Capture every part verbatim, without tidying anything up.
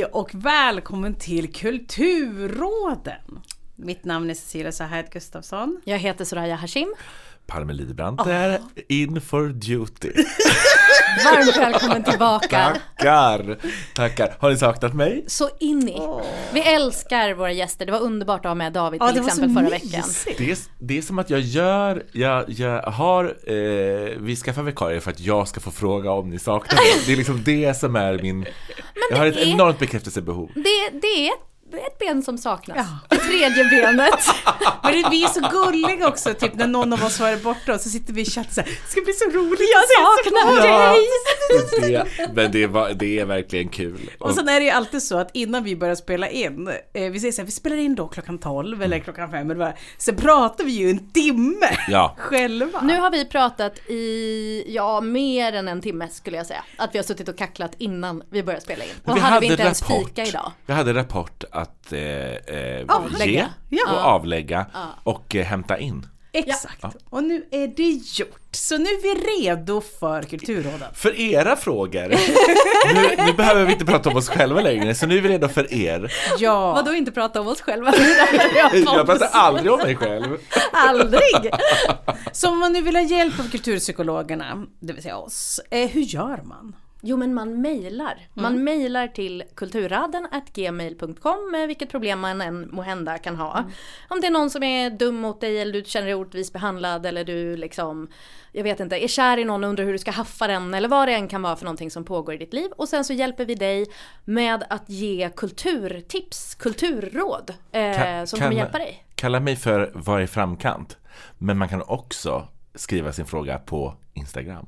Hej och välkommen till Kulturråden. Mitt namn är Cecilia Sahed Gustafsson. Jag heter Soraya Hashim. Palme Lidbrand är oh. in for duty. Varmt välkommen tillbaka. Tackar, tackar. Har ni saknat mig? Så in i. Oh. Vi älskar våra gäster. Det var underbart att ha med David till oh, exempel förra veckan. Det är, det är som att jag gör, jag, jag har, eh, vi skaffar vikarier för att jag ska få fråga om ni saknar mig. Det är liksom det som är min, Men jag har ett är, enormt bekräftelsebehov. Det, det är ett ben som saknas. Ja. Det tredje benet. Men det, vi är så gulliga också. Typ när någon av oss var borta och så sitter vi i chatten så här, det ska bli så roligt. Jag saknar dig. Ja, det, men det, var, det är verkligen kul. Och, och sen är det ju alltid så att innan vi börjar spela in, eh, vi säger så här, vi spelar in då klockan tolv eller klockan fem eller vad, så pratar vi ju en timme ja. själva. Nu har vi pratat i, ja, mer än en timme skulle jag säga. Att vi har suttit och kacklat innan vi började spela in. Och vi hade, hade vi inte rapport. ens fika idag. Vi hade rapport att eh, eh, avlägga. ge ja. och avlägga ja. och eh, hämta in. Exakt. Ja. Och nu är det gjort. Så nu är vi redo för Kulturråden. För era frågor. nu, nu behöver vi inte prata om oss själva längre. Så nu är vi redo för er. Ja. Vadå inte prata om oss själva? Jag pratar aldrig om mig själv. Aldrig. Så om man nu vill ha hjälp av kulturpsykologerna, det vill säga oss, eh, hur gör man? Jo, men man mejlar. Man mm. mejlar till kulturraden at gmail punkt com med vilket problem man än måhända kan ha. Mm. Om det är någon som är dum mot dig eller du känner dig orättvist behandlad eller du liksom, jag vet inte, är kär i någon och undrar hur du ska haffa den eller vad det än kan vara för någonting som pågår i ditt liv. Och sen så hjälper vi dig med att ge kulturtips, kulturråd eh, kan, som kommer hjälpa dig. Kalla mig för var i framkant. Men man kan också skriva sin fråga på Instagram.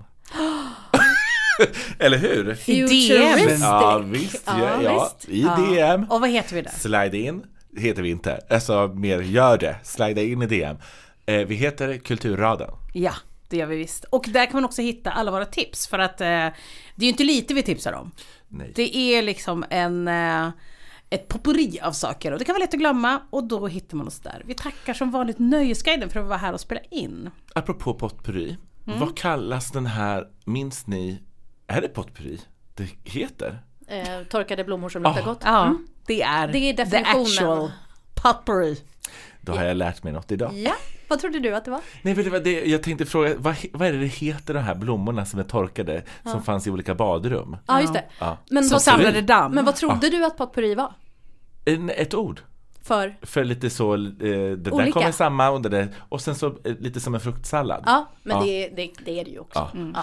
Eller hur? I D M. Ja, visst. Ja, ja. I D M. Och vad heter vi där? Slide in. Heter vi inte. Alltså, mer gör det. Slide in i D M. Eh, vi heter Kulturraden. Ja, det gör vi visst. Och där kan man också hitta alla våra tips. För att eh, det är ju inte lite vi tipsar om. Nej. Det är liksom en... Eh, ett potpourri av saker och det kan vara lätt att glömma och då hittar man oss där. Vi tackar som vanligt Nöjesguiden för att vara här och spela in. Apropå potpourri. Mm. Vad kallas den här, minns ni? Är det potpourri det heter? Eh, torkade blommor som luktar oh. gott. Ja, mm. det är, det är definitionen. The actual potpourri. Då har jag lärt mig något idag. Ja, vad trodde du att det var? Nej, vet du vad det, jag tänkte fråga, vad, vad är det det heter de här blommorna som är torkade ja. som fanns i olika badrum? Ja, just det. Ja. Men som vad samlade damm. Men vad trodde ja. du att potpourri var? En, ett ord. För? För lite så, eh, det olika. där kommer samma och det där, och sen så eh, lite som en fruktsallad. Ja, men ja. Det, det, det är det ju också. Ja. Mm. Ja.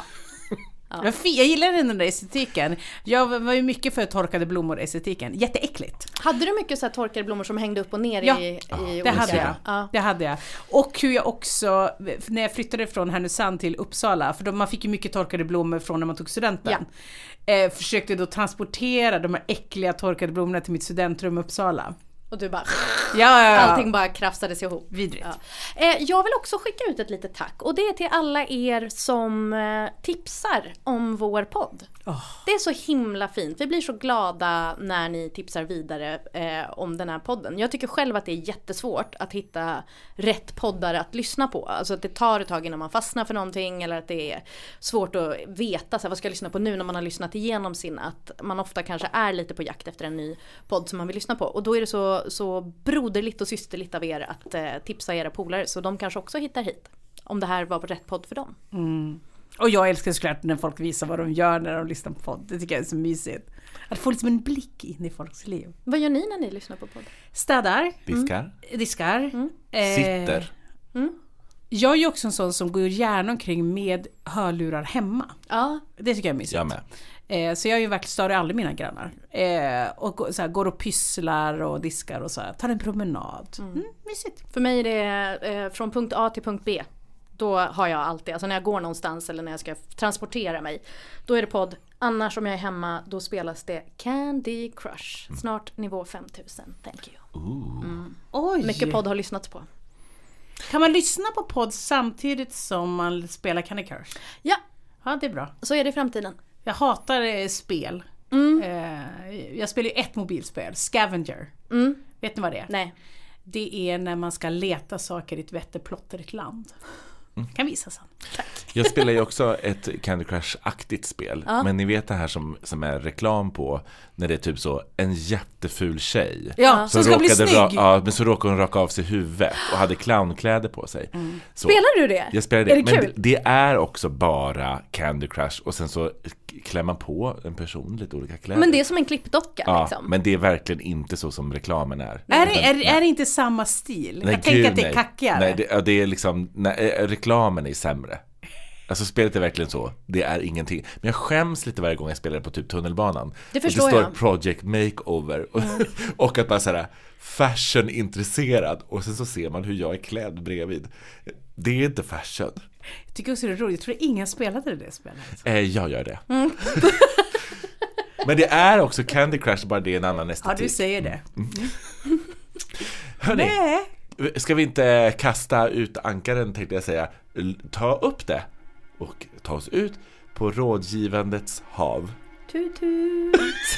Ja. Jag gillar den där estetiken. Jag var ju mycket för torkade blommor estetiken. Jätteäckligt. Hade du mycket så här torkade blommor som hängde upp och ner ja. i, i ja, olika? det hade jag. Ja. Det hade jag. Och hur jag också, när jag flyttade från Härnösand till Uppsala, för då man fick ju mycket torkade blommor från när man tog studenten. Ja. Eh, försökte då transportera de här äckliga torkade blommorna till mitt studentrum i Uppsala. Och du bara, ja, ja, ja. allting bara krafsades ihop. Vidrigt. Ja. Eh, jag vill också skicka ut ett litet tack. Och det är till alla er som eh, tipsar om vår podd. Oh. Det är så himla fint. Vi blir så glada när ni tipsar vidare eh, om den här podden. Jag tycker själv att det är jättesvårt att hitta rätt poddar att lyssna på. Alltså att det tar ett tag innan man fastnar för någonting. Eller att det är svårt att veta så här, vad ska jag lyssna på nu när man har lyssnat igenom sin. Att man ofta kanske är lite på jakt efter en ny podd som man vill lyssna på. Och då är det så så broderligt och systerligt av er att eh, tipsa era polare så de kanske också hittar hit om det här var på rätt podd för dem. Mm. Och jag älskar såklart när folk visar vad de gör när de lyssnar på podd. Det tycker jag är så mysigt. Att få liksom en blick in i folks liv. Vad gör ni när ni lyssnar på podd? Städar. Diskar. Mm. Diskar. Mm. Eh, Sitter. Mm. Jag är ju också en sån som går gärna omkring med hörlurar hemma. Ja. Det tycker jag är mysigt. Jag med. Eh, så jag är ju verkligen större aldrig mina grannar. Eh, och så här, går och pysslar och diskar och så här. Tar en promenad. Mm. Mm, mysigt. För mig är det eh, från punkt A till punkt B. Då har jag alltid, alltså när jag går någonstans eller när jag ska transportera mig. Då är det podd. Annars om jag är hemma, då spelas det Candy Crush. Mm. Snart nivå fem tusen. Thank you. Mm. Oj. Mycket podd har lyssnats på. Kan man lyssna på podd samtidigt som man spelar Candy Crush? Ja. Ja, det är bra. Så är det i framtiden. Jag hatar eh, spel. Mm. Eh, jag spelar ju ett mobilspel, Scavenger. Mm. Vet ni vad det är? Nej. Det är när man ska leta saker i ett vetteplotterigt land. Mm. Kan visa sen. Tack. Jag spelar ju också ett Candy Crush-aktigt spel. Ja. Men ni vet det här som, som är reklam på när det är typ så en jätteful tjej. Ja, som ska bli snygg. Ra- ja, men så råkade hon raka av sig huvudet och hade clownkläder på sig. Mm. Så, Spelar du det? Jag spelar det. Är det men kul? det är också bara Candy Crush och sen så klämmer man på en person lite olika kläder. Men det är som en klippdocka ja, liksom. men det är verkligen inte så som reklamen är. Är det, är, är det inte samma stil? Nej, jag tänker gud, att det är nej. kackigare. Nej, det, ja, det är liksom, nej, reklamen är sämre. Alltså spelet är verkligen så. Det är ingenting. Men jag skäms lite varje gång jag spelar på typ tunnelbanan. Det förstår och det står jag. Project Makeover. Och, Mm. och att bara såhär fashion-intresserad. Och sen så ser man hur jag är klädd bredvid. Det är inte fashion. Jag tycker också det är roligt. Jag tror ingen spelade det spelet. Eh, jag gör det. Mm. Men det är också Candy Crush, bara det är en annan estetik. Ja, du säger det. Mm. Hörrni, Nej. ska vi inte kasta ut ankaren, tänkte jag säga. Ta upp det och ta oss ut på rådgivandets hav. Tut tut.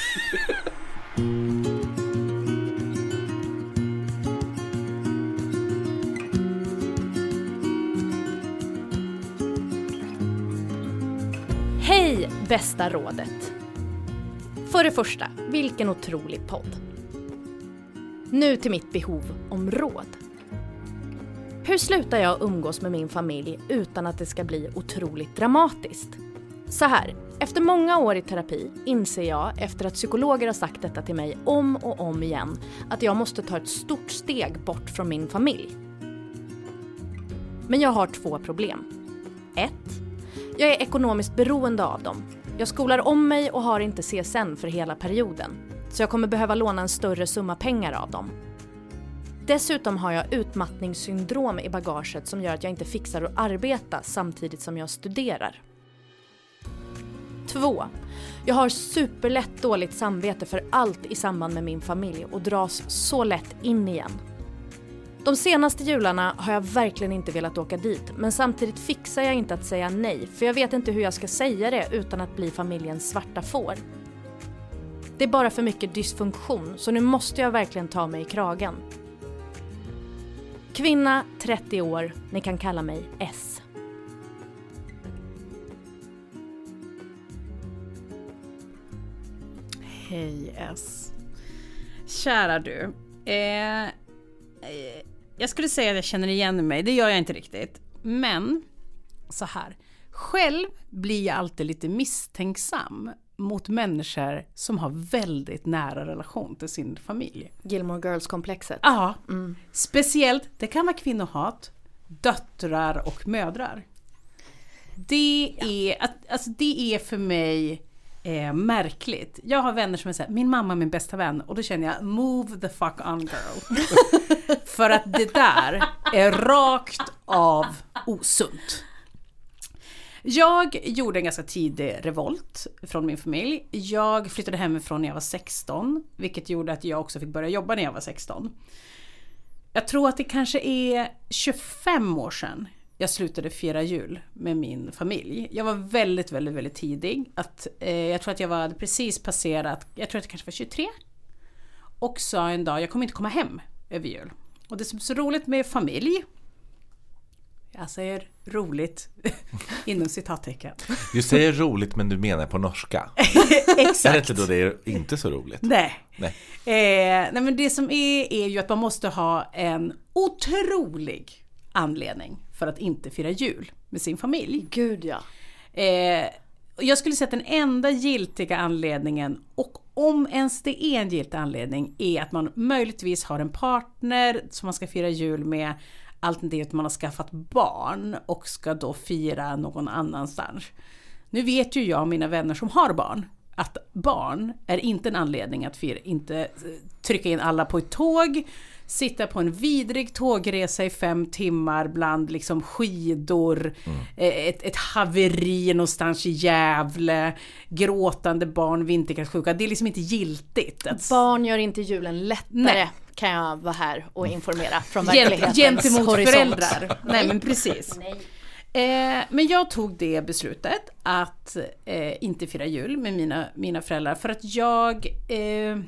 Hej, bästa rådet. För det första, vilken otrolig podd. Nu till mitt behov om råd. Hur slutar jag umgås med min familj utan att det ska bli otroligt dramatiskt? Så här, efter många år i terapi inser jag, efter att psykologer har sagt detta till mig om och om igen, att jag måste ta ett stort steg bort från min familj. Men jag har två problem. Ett, jag är ekonomiskt beroende av dem. Jag skolar om mig och har inte C S N för hela perioden, så jag kommer behöva låna en större summa pengar av dem. Dessutom har jag utmattningssyndrom i bagaget som gör att jag inte fixar att arbeta samtidigt som jag studerar. Två. Jag har superlätt dåligt samvete för allt i samband med min familj och dras så lätt in igen. De senaste jularna har jag verkligen inte velat åka dit, men samtidigt fixar jag inte att säga nej, för jag vet inte hur jag ska säga det utan att bli familjens svarta får. Det är bara för mycket dysfunktion, så nu måste jag verkligen ta mig i kragen. Kvinna, trettio år, ni kan kalla mig S. Hej S. Kära du. Eh, eh, jag skulle säga att jag känner igen mig. Det gör jag inte riktigt. Men så här. Själv blir jag alltid lite misstänksam mot människor som har väldigt nära relation till sin familj. Gilmore Girls-komplexet. Ja, Mm. speciellt, det kan vara kvinnohat, döttrar och mödrar. Det är, att, alltså det är för mig eh, märkligt. Jag har vänner som är så här, min mamma är min bästa vän, och då känner jag, move the fuck on girl. För att det där är rakt av osunt. Jag gjorde en ganska tidig revolt från min familj. Jag flyttade hemifrån när jag var sexton, vilket gjorde att jag också fick börja jobba när jag var sexton. Jag tror att det kanske är tjugofem år sedan jag slutade fira jul med min familj. Jag var väldigt, väldigt, väldigt tidig. Att, eh, jag tror att jag var precis passerat, jag tror att det kanske var tjugotre. Och sa en dag, jag kommer inte komma hem över jul. Och det som är så roligt med familj, jag säger roligt inom citattecken. Du säger roligt, men du menar på norska. Exakt. Är det inte då det är inte så roligt? Nej. Nej. Eh, nej men det som är är ju att man måste ha en otrolig anledning för att inte fira jul med sin familj. Gud ja. Eh, jag skulle säga att den enda giltiga anledningen, och om ens det är en giltig anledning, är att man möjligtvis har en partner som man ska fira jul med, alternativt att man har skaffat barn och ska då fira någon annanstans. Nu vet ju jag och mina vänner som har barn att barn är inte en anledning att fira, inte trycka in alla på ett tåg, sitta på en vidrig tågresa i fem timmar bland liksom skidor, mm. ett, ett haveri någonstans i Gävle, gråtande barn, vinterkräftssjuka. Det är liksom inte giltigt. Att... Barn gör inte julen lättare. Nej. Kan jag vara här och informera från verklighetens gentemot horisont. Föräldrar. Nej, men precis. Nej. Eh, men jag tog det beslutet att eh, inte fira jul med mina, mina föräldrar, för att jag eh,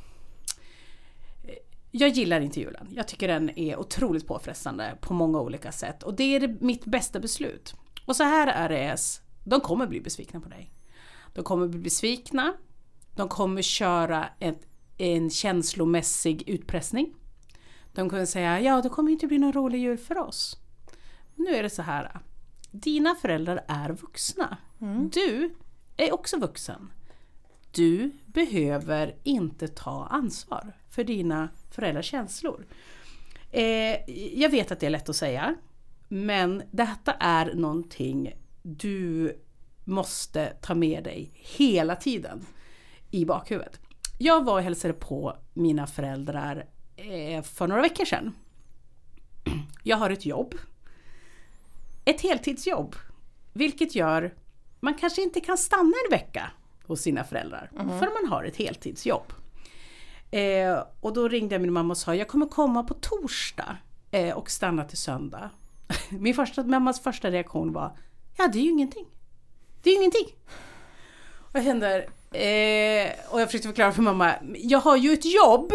jag gillar inte julen. Jag tycker den är otroligt påfrestande på många olika sätt, och det är det, mitt bästa beslut. Och så här är det, de kommer bli besvikna på dig. De kommer bli besvikna. De kommer köra ett, en känslomässig utpressning. De kommer säga, ja det kommer inte bli någon rolig jul för oss. Nu är det så här. Dina föräldrar är vuxna. Mm. Du är också vuxen. Du behöver inte ta ansvar för dina föräldrars känslor. Eh, jag vet att det är lätt att säga. Men detta är någonting du måste ta med dig hela tiden i bakhuvudet. Jag var och hälsade på mina föräldrar eh, för några veckor sedan. Jag har ett jobb. Ett heltidsjobb. Vilket gör man kanske inte kan stanna en vecka hos sina föräldrar. Mm. För man har ett heltidsjobb. Eh, och då ringde min mamma och sa, jag kommer komma på torsdag eh, och stanna till söndag. Min första, mammas första reaktion var, ja det är ju ingenting. Det är ju ingenting. Och jag kände, eh, och jag försökte förklara för mamma, jag har ju ett jobb.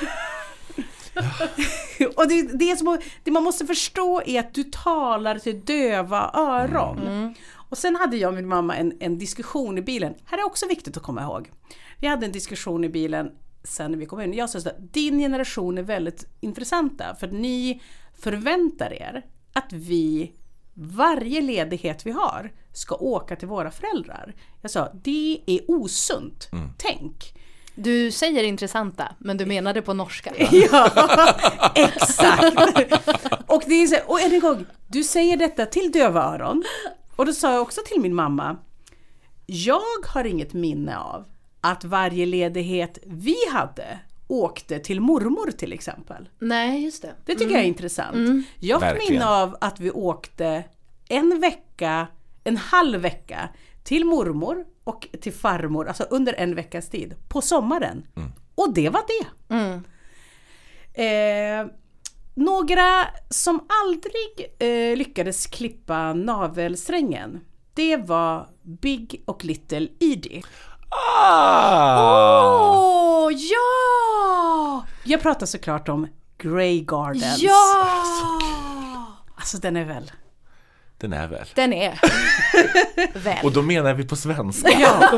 Och det, det, som, det man måste förstå är att du talar till döva öron. Mm. Och sen hade jag och min mamma en, en diskussion i bilen. Här är också viktigt att komma ihåg. Vi hade en diskussion i bilen sen när vi kom in. Jag sa att din generation är väldigt intressanta. För ni förväntar er att vi varje ledighet vi har ska åka till våra föräldrar. Jag sa, det är osunt. Mm. Tänk. Du säger intressanta, men du menar det på norska. Ja, exakt. Och, det är så, och en gång, du säger detta till döva öron. Och då sa jag också till min mamma, jag har inget minne av att varje ledighet vi hade åkte till mormor till exempel. Nej, just det. Det tycker mm. jag är intressant. Mm. Jag har ett minne av att vi åkte en vecka, en halv vecka till mormor och till farmor, alltså under en veckas tid, på sommaren. Mm. Och det var det. Mm. Eh, några som aldrig eh, lyckades klippa navelsträngen, det var Big och Little Edie. Ah! Åh, oh, ja! Jag pratar såklart om Grey Gardens. Ja! Alltså den är väl... Den är väl. Den är väl. Och då menar vi på svenska. Ja.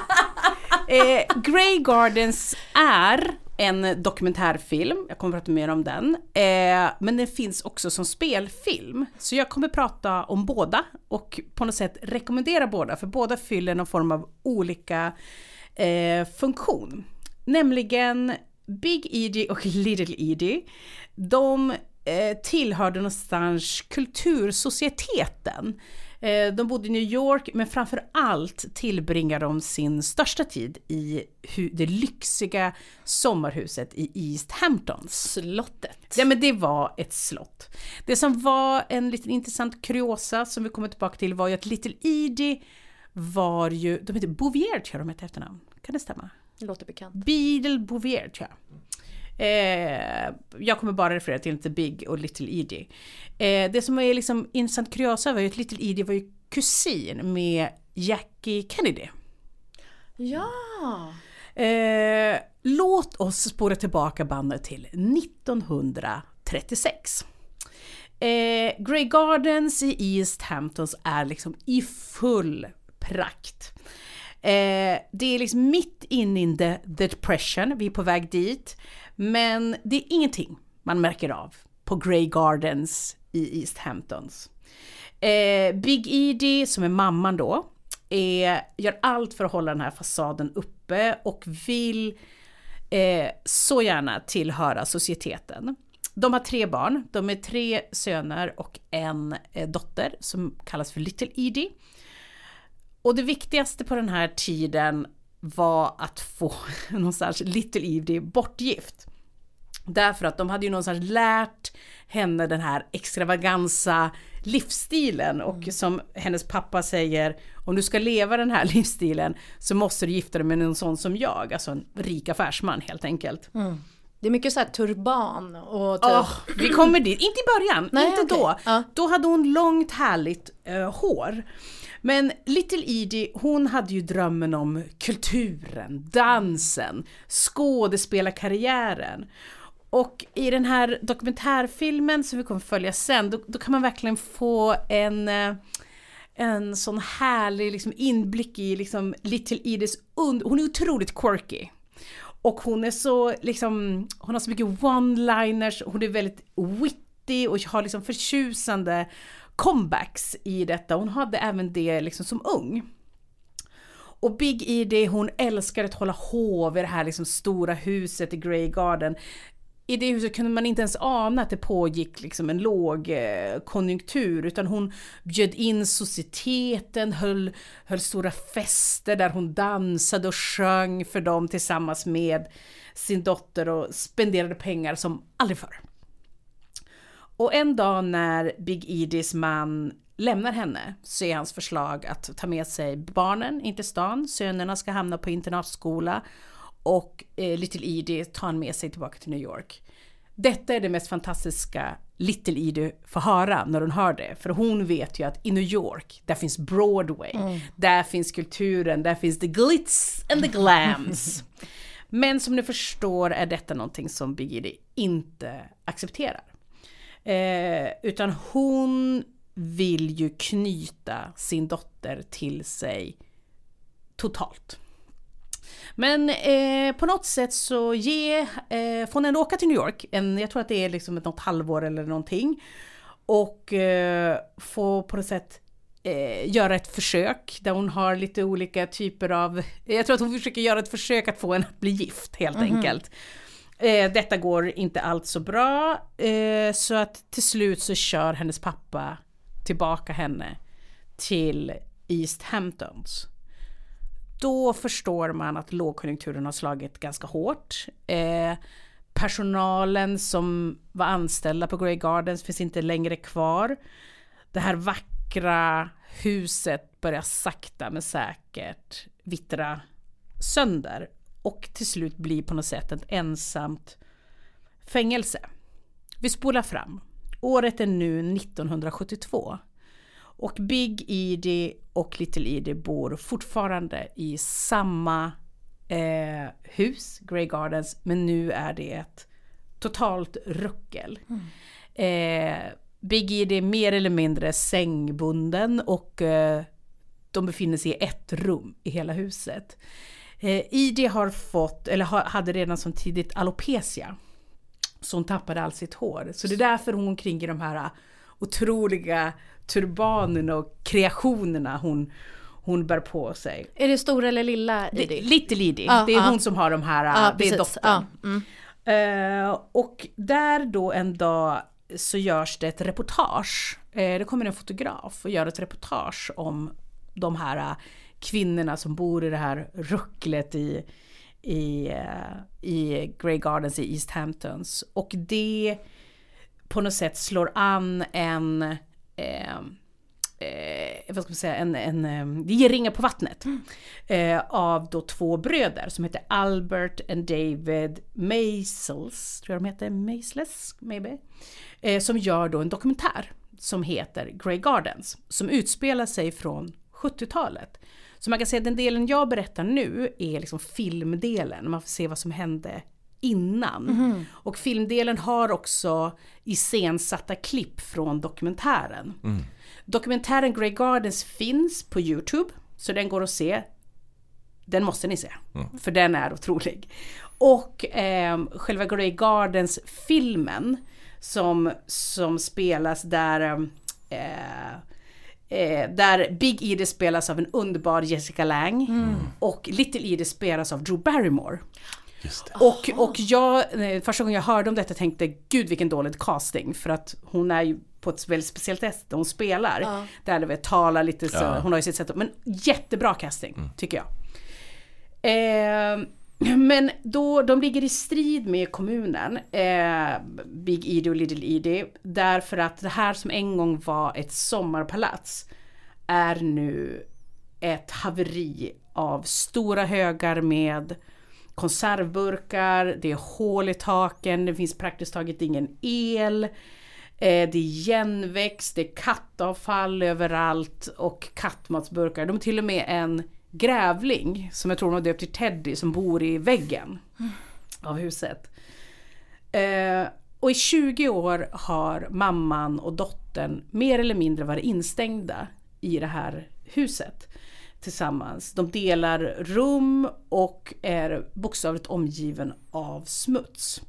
eh, Grey Gardens är en dokumentärfilm. Jag kommer att prata mer om den. Eh, men den finns också som spelfilm. Så jag kommer prata om båda. Och på något sätt rekommendera båda. För båda fyller någon form av olika eh, funktion. Nämligen Big Edie och Little Edie. De eh, tillhörde någonstans kultursocieteten. Eh, de bodde i New York, men framför allt tillbringade de sin största tid i hu- det lyxiga sommarhuset i East Hamptons. Slottet. Ja, men det var ett slott. Det som var en liten intressant kuriosa som vi kommer tillbaka till var ju att Little Edie var ju, de heter Bouvier, tror jag de heter efternamn. Kan det stämma? Det låter bekant. Beadle Bouvier, tror jag. Eh, jag kommer bara referera till inte Big och Little Edie. Eh, det som är liksom intressant kuriosa var ju att Little Edie var ju kusin med Jackie Kennedy. Ja. Eh, låt oss spåra tillbaka bandet till nittonhundratrettiosex. Eh, Grey Gardens i East Hamptons är liksom i full prakt. Eh, det är liksom mitt in i the, the depression, vi är på väg dit, men det är ingenting man märker av på Grey Gardens i East Hamptons. Eh, Big Edie, som är mamman då, är, gör allt för att hålla den här fasaden uppe och vill eh, så gärna tillhöra societeten. De har tre barn, de är tre söner och en eh, dotter som kallas för Little Edie. Och det viktigaste på den här tiden var att få någonstans Little Edie bortgift. Därför att de hade ju någonstans lärt henne den här extravaganza livsstilen. Och mm. som hennes pappa säger, om du ska leva den här livsstilen så måste du gifta dig med någon sån som jag. Alltså en rik affärsman helt enkelt. Mm. Det är mycket så här turban och typ... oh, vi kommer dit, inte i början, Nej, inte okay. då. Ja. Då hade hon långt härligt uh, hår. Men Little Edie, hon hade ju drömmen om kulturen, dansen, skådespelarkarriären. Och i den här dokumentärfilmen som vi kommer följa sen, då, då kan man verkligen få en, en sån härlig liksom, inblick i liksom, Little Ediths und- hon är otroligt quirky. Och hon är så liksom, hon har så mycket one-liners, hon är väldigt witty och har liksom förtjusande comebacks i detta. Hon hade även det liksom som ung. Och Big Edie, hon älskar att hålla hov i det här liksom stora huset i Grey Garden. I det huset kunde man inte ens ana att det pågick liksom en låg eh, konjunktur, utan hon bjöd in societeten, höll, höll stora fester där hon dansade och sjöng för dem tillsammans med sin dotter och spenderade pengar som aldrig förr. Och en dag när Big Edies man lämnar henne så är hans förslag att ta med sig barnen in till stan. Sönerna ska hamna på internatskola och eh, Little Edie tar han med sig tillbaka till New York. Detta är det mest fantastiska Little Edie får höra när hon hör det. För hon vet ju att i New York, där finns Broadway, mm. där finns kulturen, där finns the glitz and the glams. Men som ni förstår är detta någonting som Big Edie inte accepterar. Eh, utan hon vill ju knyta sin dotter till sig totalt. Men eh, på något sätt så ge, eh, får hon ändå åka till New York. En, jag tror att det är liksom ett något halvår eller någonting. Och eh, få på något sätt eh, göra ett försök där hon har lite olika typer av... Jag tror att hon försöker göra ett försök att få henne att bli gift helt mm-hmm. enkelt. Eh, detta går inte allt så bra. Eh, så att till slut så kör hennes pappa tillbaka henne till East Hamptons. Då förstår man att lågkonjunkturen har slagit ganska hårt. Eh, personalen som var anställda på Grey Gardens finns inte längre kvar. Det här vackra huset börjar sakta men säkert vittra sönder. Och till slut blir på något sätt ett ensamt fängelse. Vi spolar fram. Året är nu nittonhundrasjuttiotvå. Och Big Edie och Little Edie bor fortfarande i samma eh, hus, Grey Gardens, men nu är det ett totalt ruckel. Mm. Eh, Big Edie är mer eller mindre sängbunden och eh, de befinner sig i ett rum i hela huset. Eh, Edie har fått, eller ha, hade redan som tidigt alopecia, så hon tappade all sitt hår. Så det är därför hon kring i de här otroliga turbanerna och kreationerna hon, hon bär på sig. Är det stora eller lilla Edie? Little Edie. Ah, det är ah. hon som har de här, ah, det är dottern. Ah, mm. uh, och där då en dag så görs det ett reportage. Uh, det kommer en fotograf och gör ett reportage om de här uh, kvinnorna som bor i det här rucklet i, i, uh, i Grey Gardens i East Hamptons. Och det på något sätt slår an en eh, eh, vad ska man säga, en, en, det ger ringar på vattnet mm. eh, av då två bröder som heter Albert and David Maysles, tror jag de heter, Maysles, maybe, eh, som gör då en dokumentär som heter Grey Gardens, som utspelar sig från sjuttiotalet. Så man kan säga att den delen jag berättar nu är liksom filmdelen, man får se vad som hände innan. Mm. Och filmdelen har också iscensatta klipp från dokumentären. Mm. Dokumentären Grey Gardens finns på YouTube, så den går att se. Den måste ni se, mm. för den är otrolig. Och eh, själva Grey Gardens filmen som, som spelas där eh, eh, där Big Edie spelas av en underbar Jessica Lange mm. och Little Edie spelas av Drew Barrymore. Och, och jag, första gången jag hörde om detta tänkte, gud vilken dålig casting, för att hon är ju på ett väldigt speciellt sätt hon spelar, ja. Där det väl talar lite så, ja. Hon har ju sitt sätt, men jättebra casting mm. tycker jag. Eh, men då, de ligger i strid med kommunen, eh, Big Edie och Little Edie, därför att det här som en gång var ett sommarpalats är nu ett haveri av stora högar med konservburkar, det är hål i taken, det finns praktiskt taget ingen el, eh, det är igenväxt, det är kattavfall överallt och kattmatsburkar. De är till och med en grävling som jag tror de har döpt till Teddy som bor i väggen mm. av huset. Eh, och i tjugo år har mamman och dottern mer eller mindre varit instängda i det här huset tillsammans. De delar rum och är bokstavligt omgiven av smuts.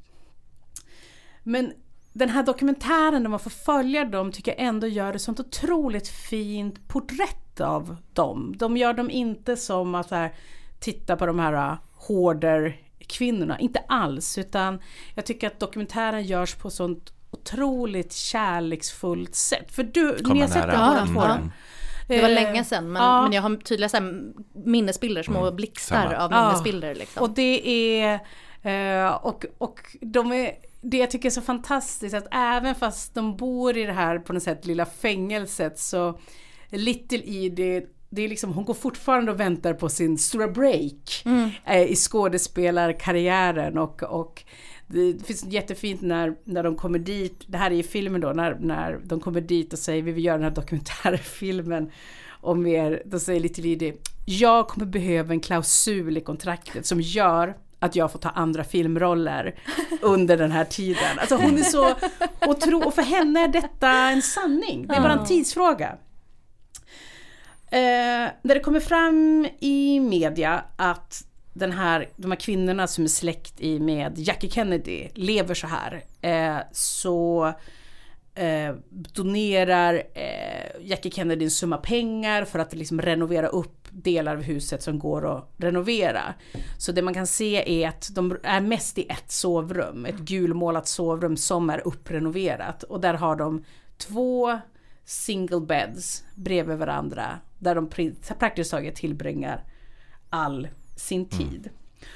Men den här dokumentären där man får följa dem tycker jag ändå gör ett sånt otroligt fint porträtt av dem. De gör dem inte som att här, titta på de här hoarder kvinnorna, inte alls, utan jag tycker att dokumentären görs på sånt otroligt kärleksfullt sätt. För du, ni har sett den båda två. Det var länge sedan, men, ja. men jag har tydliga så här, minnesbilder, små mm, blixtar samma. av minnesbilder. Ja. Liksom. Och det är och, och de är det jag tycker är så fantastiskt att även fast de bor i det här på något sätt lilla fängelset så Little Edith, det är liksom, hon går fortfarande och väntar på sin stora break mm. eh, i skådespelarkarriären och, och det finns jättefint när, när de kommer dit, det här är i filmen då, när, när de kommer dit och säger vi vill göra den här dokumentärfilmen om er, då säger Little Edith, jag kommer behöva en klausul i kontraktet som gör att jag får ta andra filmroller under den här tiden. Alltså hon är så otro, och för henne är detta en sanning. Det är bara en tidsfråga. Eh, när det kommer fram i media att den här, de här kvinnorna som är släkt i med Jackie Kennedy lever så här, eh, så eh, donerar eh, Jackie Kennedy en summa pengar för att liksom renovera upp delar av huset som går att renovera. Så det man kan se är att de är mest i ett sovrum, ett gulmålat sovrum som är upprenoverat, och där har de två single beds bredvid varandra där de praktiskt taget tillbringar all sin tid.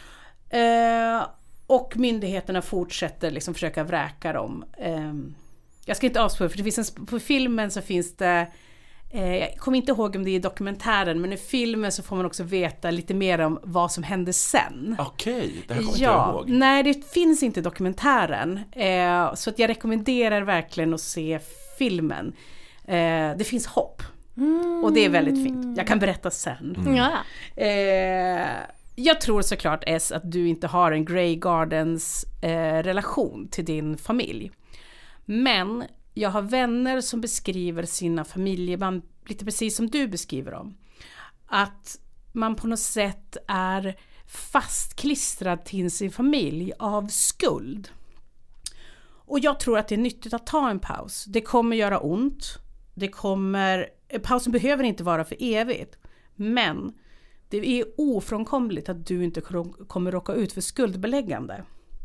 Mm. Eh, och myndigheterna fortsätter liksom försöka vräka dem. Eh, jag ska inte avslöja, för det finns en, på filmen så finns det eh, jag kommer inte ihåg om det är i dokumentären, men i filmen så får man också veta lite mer om vad som hände sen. Okej, okay, det här kommer ja, inte ihåg. Nej, det finns inte i dokumentären. Eh, så att jag rekommenderar verkligen att se filmen. Eh, det finst hopp. Mm. Och det är väldigt fint. Jag kan berätta sen. Mm. Ja. Eh, jag tror såklart S att du inte har en Grey Gardens eh, relation till din familj. Men jag har vänner som beskriver sina familjeband lite precis som du beskriver dem. Att man på något sätt är fastklistrad till sin familj av skuld. Och jag tror att det är nyttigt att ta en paus. Det kommer göra ont. Det kommer, pausen behöver inte vara för evigt. Men det är ofrånkomligt att du inte kommer råka ut för skuldbeläggande.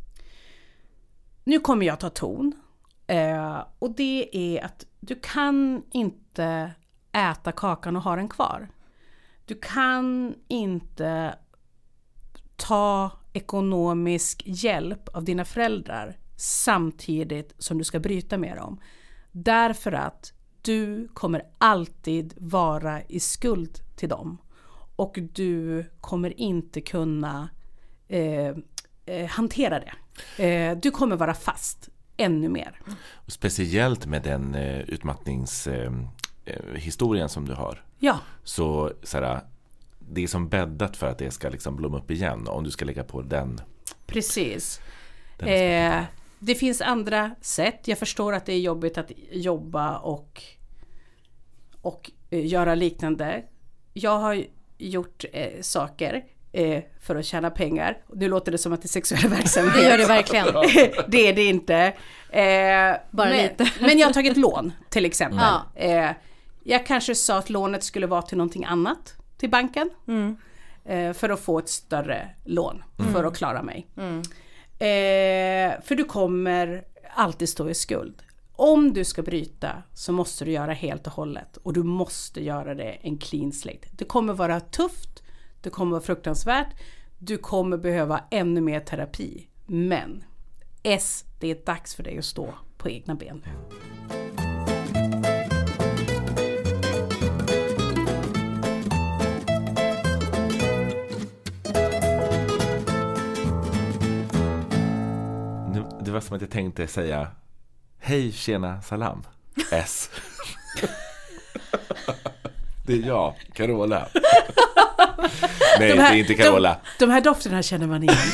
Nu kommer jag ta ton. Eh, och det är att du kan inte äta kakan och ha den kvar. Du kan inte ta ekonomisk hjälp av dina föräldrar samtidigt som du ska bryta med dem. Därför att du kommer alltid vara i skuld till dem. Och du kommer inte kunna eh, eh, hantera det. Eh, du kommer vara fast ännu mer. Speciellt med den eh, utmattningshistorien eh, som du har. Ja. Så såhär, det är som bäddat för att det ska liksom blomma upp igen om du ska lägga på den. Precis. Den eh, det finns andra sätt. Jag förstår att det är jobbigt att jobba och, och eh, göra liknande. Jag har gjort eh, saker eh, för att tjäna pengar. Nu låter det som att det är sexuell verksamhet. Det gör det verkligen. Det är det inte. Eh, Bara men, lite. Men jag har tagit lån till exempel. Ja. Eh, jag kanske sa att lånet skulle vara till någonting annat till banken. Mm. Eh, för att få ett större lån. Mm. För att klara mig. Mm. Eh, för du kommer alltid stå i skuld. Om du ska bryta så måste du göra helt och hållet. Och du måste göra det en clean slate. Det kommer vara tufft. Det kommer vara fruktansvärt. Du kommer behöva ännu mer terapi. Men S, det är dags för dig att stå på egna ben. Det var som att jag tänkte säga hej, tjena, salam, S. Det är jag, Carola. Nej, de här, det är inte Carola. De, de här dofterna känner man igen.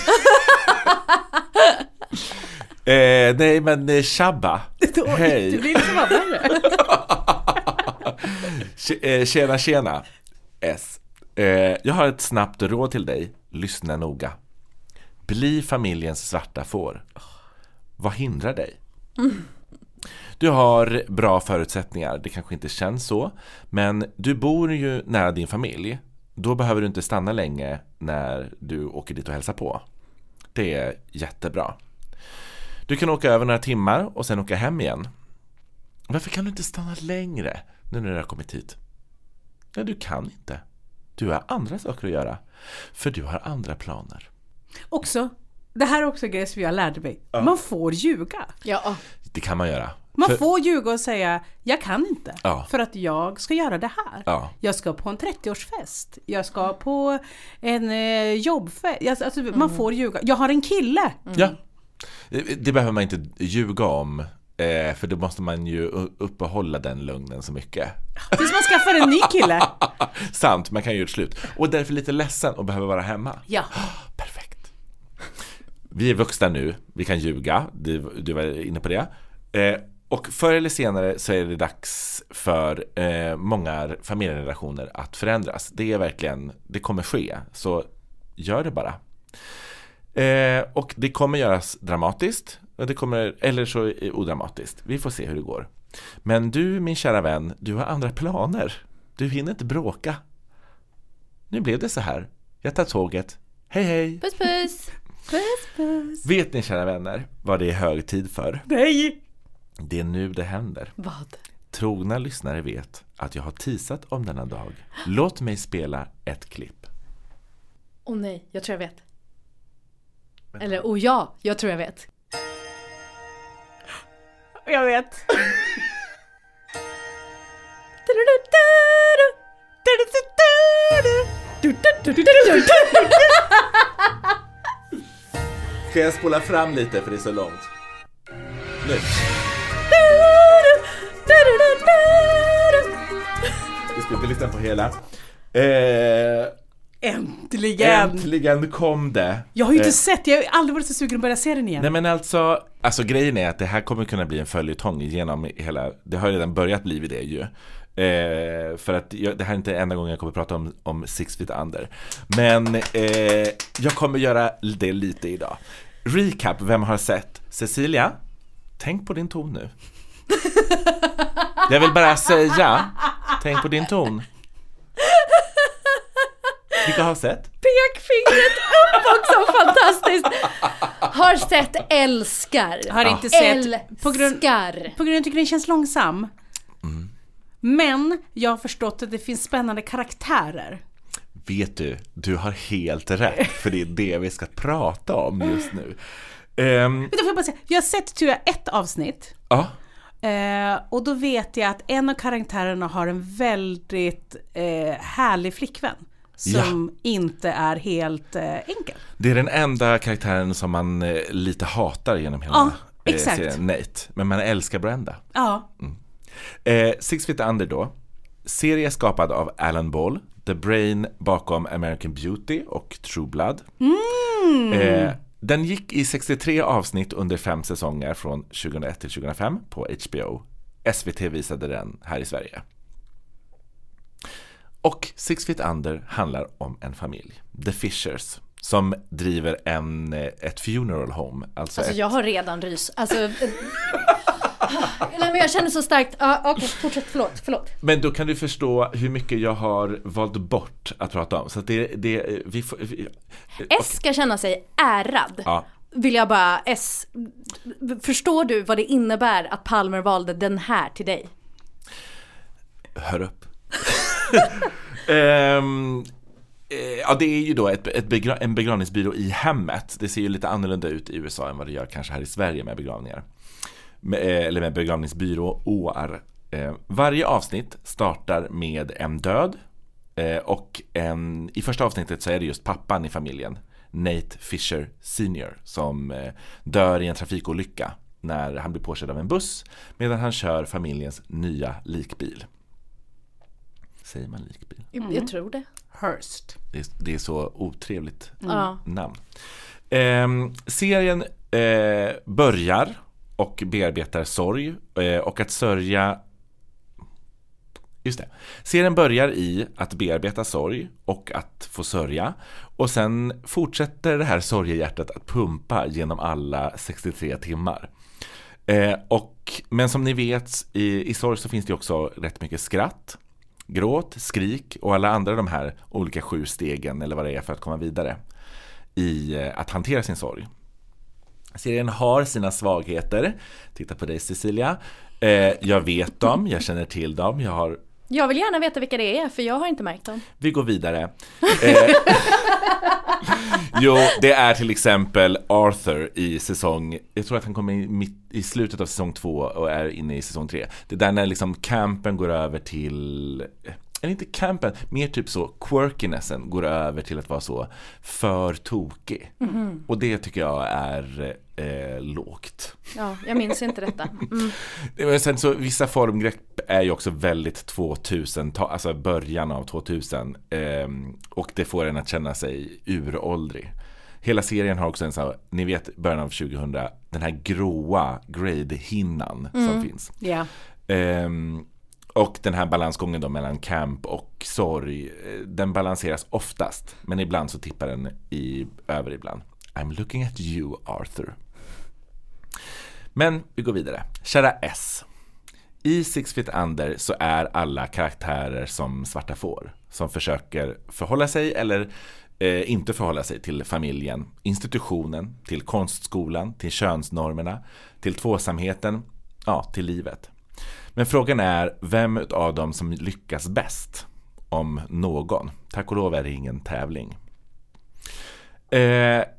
eh, nej, men eh, Shabba. Hej. Du vill inte vara värre. Tjena, tjena. S. Jag har ett snabbt råd till dig. Lyssna noga. Bli familjens svarta får. Vad hindrar dig? Mm. Du har bra förutsättningar. Det kanske inte känns så. Men du bor ju nära din familj. Då behöver du inte stanna länge när du åker dit och hälsar på. Det är jättebra. Du kan åka över några timmar och sen åka hem igen. Varför kan du inte stanna längre nu när du har kommit hit? Ja, du kan inte. Du har andra saker att göra. För du har andra planer. Också, det här är också en grej som jag lärde mig. Ja. Man får ljuga. Ja. Det kan man göra. Man för... får ljuga och säga, jag kan inte. Ja. För att jag ska göra det här. Ja. Jag ska på en trettioårsfest. Jag ska på en eh, jobbfest. Alltså, mm. Man får ljuga. Jag har en kille. Mm. Ja. Det behöver man inte ljuga om. Eh, för då måste man ju uppehålla den lugnen så mycket. Tills man skaffar en ny kille. Sant, man kan ju göra slut. Och därför lite ledsen och behöver vara hemma. Ja. Perfekt. Vi är vuxna nu, vi kan ljuga. Du, du var inne på det. Eh, och förr eller senare så är det dags för eh, många familjerelationer att förändras. Det är verkligen, det kommer ske. Så gör det bara. Eh, och det kommer göras dramatiskt. Det kommer, eller så odramatiskt. Vi får se hur det går. Men du, min kära vän, du har andra planer. Du hinner inte bråka. Nu blev det så här. Jag tar tåget. Hej hej. Puss puss. Puss puss. Vet ni, kära vänner, vad det är hög tid för? Nej. Det är nu det händer. Vad? Trogna lyssnare vet att jag har teasat om denna dag. Låt mig spela ett klipp. Åh oh, nej, jag tror jag vet. Eller, åh oh, ja, jag tror jag vet. Jag vet. Ska jag spola fram lite för det är så långt? Nu. Vi ska inte lyssna på hela. Eh... Äntligen! Äntligen kom det. Jag har ju inte eh. sett, jag har aldrig varit så sugen att börja se den igen. Nej men alltså, alltså grejen är att det här kommer kunna bli en följetong genom hela, det har redan börjat bli det ju. Eh, för att jag, det här är inte enda gången jag kommer prata om, om Six Feet Under. Men eh, jag kommer göra det lite idag. Recap, vem har sett? Cecilia, tänk på din ton nu. Jag vill bara säga, tänk på din ton. Vilka har sett? Pekfingret upp också, fantastiskt. Har sett, älskar. Har ja. inte sett. Älskar. På grund, på grund av att jag tycker den känns långsam. Mm. Men jag har förstått att det finns spännande karaktärer. Vet du, du har helt rätt. För det är det vi ska prata om just nu. um, Vet du, får jag bara säga, jag har sett tror jag ett avsnitt. Ja. Uh, och då vet jag att en av karaktärerna har en väldigt uh, härlig flickvän. Som ja. inte är helt eh, enkel. Det är den enda karaktären som man eh, lite hatar genom hela ja, eh, exakt. serien, Nate. Men man älskar Brenda. Ja. Mm. Eh, Six Feet Under då. Serie skapad av Alan Ball, the brain bakom American Beauty och True Blood. Mm. Eh, den gick i sextiotre avsnitt under fem säsonger från tjugohundraett till tjugohundrafem på H B O. S V T visade den här i Sverige. Och Six Feet Under handlar om en familj, The Fishers, som driver en, ett funeral home. Alltså, alltså ett... jag har redan rys. Alltså, nej, men jag känner så starkt. Ah, Okej, okay, fortsätt, förlåt, förlåt. Men då kan du förstå hur mycket jag har valt bort att prata om. Så att det, det, vi får, vi... S ska känna sig ärad. Ja. Vill jag bara, S, förstår du vad det innebär att Palmer valde den här till dig? Hör upp. um, ja, det är ju då ett, ett begra- en begravningsbyrå i hemmet. Det ser ju lite annorlunda ut i U S A än vad det gör kanske här i Sverige med begravningar. Med, eller med begravningsbyråer. Eh, varje avsnitt startar med en död. Eh, och en, i första avsnittet så är det just pappan i familjen, Nate Fisher senior, som eh, dör i en trafikolycka när han blir påkörd av en buss medan han kör familjens nya likbil. Säger man likbil? Mm. Jag tror det. Hearst. Det är, det är så otrevligt mm. namn. Eh, serien eh, börjar och bearbetar sorg. Eh, och att sörja... Just det. Serien börjar i att bearbeta sorg och att få sörja. Och sen fortsätter det här sorgehjärtat att pumpa genom alla sextiotre timmar. Eh, och, men som ni vet, i, i sorg så finns det också rätt mycket skratt, gråt, skrik och alla andra de här olika sju stegen eller vad det är för att komma vidare i eh, att hantera sin sorg. Serien har sina svagheter. Titta på dig, Cecilia. Eh, jag vet dem, jag känner till dem. Jag har... Jag vill gärna veta vilka det är, för jag har inte märkt dem. Vi går vidare. Eh, jo, det är till exempel Arthur i säsong... Jag tror att han kommer i, mitt, i slutet av säsong två och är inne i säsong tre. Det är där när liksom campen går över till... Eller inte campen, mer typ så quirkinessen går över till att vara så för tokig. Mm-hmm. Och det tycker jag är eh, lågt. Ja, jag minns inte detta. Mm. Sen så vissa formgrepp är ju också väldigt tvåtusen, alltså början av tvåtusen. Eh, och det får en att känna sig uråldrig. Hela serien har också en sån här, ni vet början av tjugohundra, den här gråa grade-hinnan mm. som finns. Ja. Yeah. Eh, Och den här balansgången då mellan camp och sorg, den balanseras oftast. Men ibland så tippar den i, över ibland. I'm looking at you, Arthur. Men vi går vidare. Kära S. I Six Feet Under så är alla karaktärer som svarta får. Som försöker förhålla sig eller eh, inte förhålla sig till familjen, institutionen, till konstskolan, till könsnormerna, till tvåsamheten, ja, till livet. Men frågan är vem av dem som lyckas bäst, om någon. Tack och lov är det ingen tävling. Eh,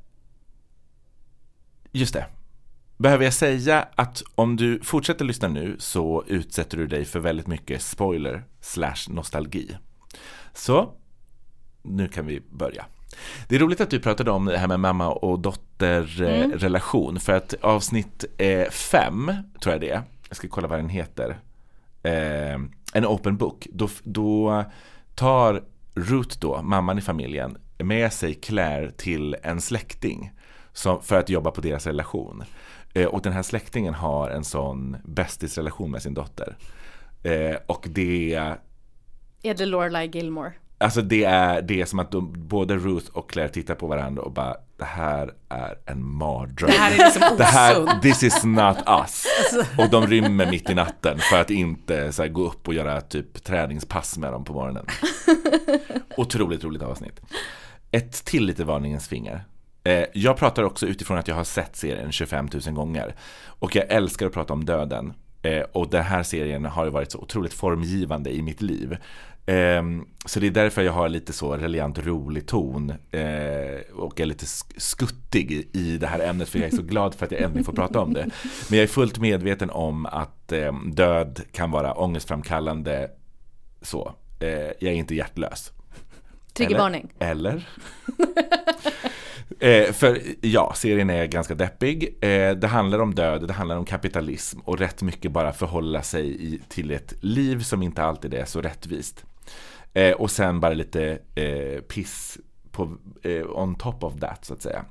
just det. Behöver jag säga att om du fortsätter lyssna nu så utsätter du dig för väldigt mycket spoiler slash nostalgi. Så, nu kan vi börja. Det är roligt att du pratade om det här med mamma och dotter mm. relation. För att avsnitt eh, fem, tror jag det är. Jag ska kolla vad den heter. Eh, en open book. Då, då tar Ruth då, mamman i familjen, med sig Claire till en släkting som, för att jobba på deras relation. Eh, och den här släktingen har en sån bästisrelation med sin dotter. Eh, och det... Är det Lorelai Gilmore? Alltså det är, det är som att de, både Ruth och Claire tittar på varandra och bara, det här är en mardröm. Det här är liksom det här, this is not us. Och de rymmer mitt i natten för att inte så här, gå upp och göra typ träningspass med dem på morgonen. Otroligt roligt avsnitt. Ett till lite varningens finger. Eh, jag pratar också utifrån att jag har sett serien tjugofem tusen gånger. Och jag älskar att prata om döden. Eh, och den här serien har ju varit så otroligt formgivande i mitt liv. Um, så det är därför jag har lite så reliant rolig ton uh, och är lite skuttig i, i det här ämnet, för jag är så glad för att jag äntligen får prata om det. Men jag är fullt medveten om att um, död kan vara ångestframkallande så. Uh, jag är inte hjärtlös. Triggervarning. Eller? eller? uh, för ja, serien är ganska deppig. Uh, det handlar om död, det handlar om kapitalism och rätt mycket bara förhålla sig i, till ett liv som inte alltid är så rättvist. Eh, och sen bara lite eh, piss på, eh, on top of that, så att säga.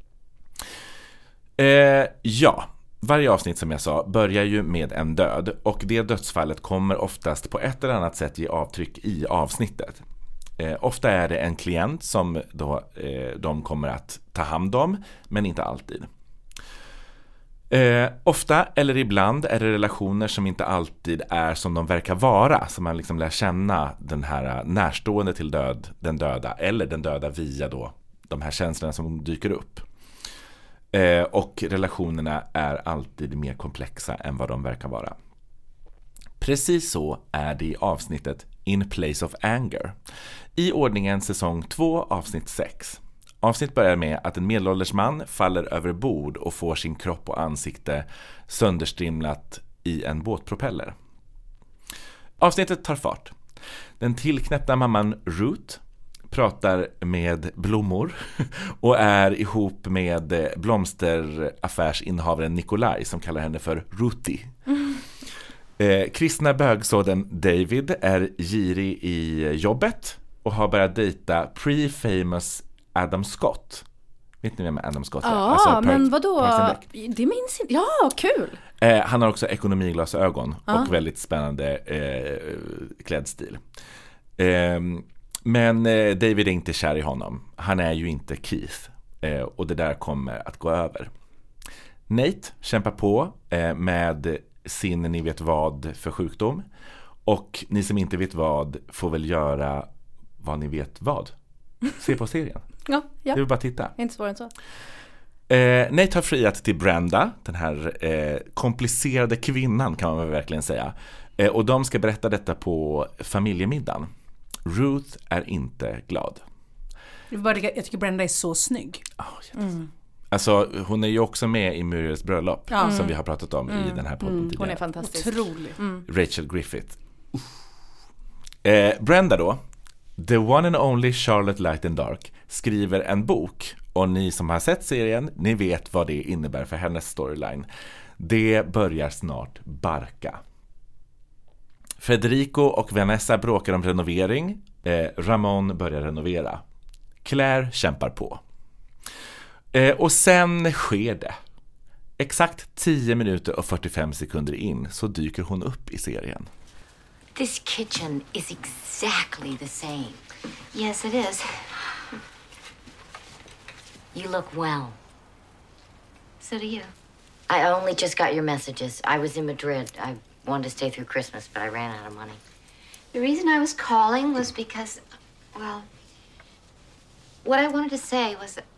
Eh, ja, varje avsnitt som jag sa börjar ju med en död. Och det dödsfallet kommer oftast på ett eller annat sätt ge avtryck i avsnittet. Eh, ofta är det en klient som då, eh, de kommer att ta hand om, men inte alltid. Eh, ofta eller ibland är det relationer som inte alltid är som de verkar vara, så man liksom lär känna den här närstående till död, den döda, eller den döda via då de här känslorna som dyker upp. Eh, och relationerna är alltid mer komplexa än vad de verkar vara. Precis så är det i avsnittet In Place of Anger. I ordningen säsong två, avsnitt sex. Avsnitt börjar med att en medelålders man faller över bord och får sin kropp och ansikte sönderstrimlat i en båtpropeller. Avsnittet tar fart. Den tillknäppta mamman Ruth pratar med blommor och är ihop med blomsteraffärsinnehavaren Nikolaj som kallar henne för Ruti. Mm. Eh, kristna bögsåden David är girig i jobbet och har börjat dejta pre-famous Adam Scott. Vet ni vem Adam Scott är? Ja, alltså, men vadå? Parks and Rec. Det minns inte. Ja, kul! Eh, han har också ekonomiglasögon Ja. och väldigt spännande eh, klädstil. Eh, men eh, David är inte kär i honom. Han är ju inte Keith. Eh, och det där kommer att gå över. Nate kämpar på eh, med sin ni vet vad för sjukdom. Och ni som inte vet vad får väl göra vad ni vet vad. Se på serien. Ja, ja. Det vill bara titta. Inte svårare än så. Eh, Nate har friat till Brenda, den här eh, komplicerade kvinnan kan man väl verkligen säga. Eh, och de ska berätta detta på familjemiddagen. Ruth är inte glad. Jag, bara, jag tycker Brenda är så snygg. Oh, mm. Alltså hon är ju också med i Muriels bröllop mm. som vi har pratat om mm. i den här podden mm. tidigare. Hon är fantastisk. Otrolig. Mm. Rachel Griffith. Eh, Brenda då, the one and only Charlotte Light and Dark, skriver en bok. Och ni som har sett serien, ni vet vad det innebär för hennes storyline. Det börjar snart barka. Federico och Vanessa bråkar om renovering. Eh, Ramon börjar renovera. Claire kämpar på. Eh, och sen sker det. Exakt tio minuter och fyrtiofem sekunder in så dyker hon upp i serien. This kitchen is exactly the same. Yes, it is. You look well. So do you. I only just got your messages. I was in Madrid. I wanted to stay through Christmas, but I ran out of money. The reason I was calling was because, well, what I wanted to say was that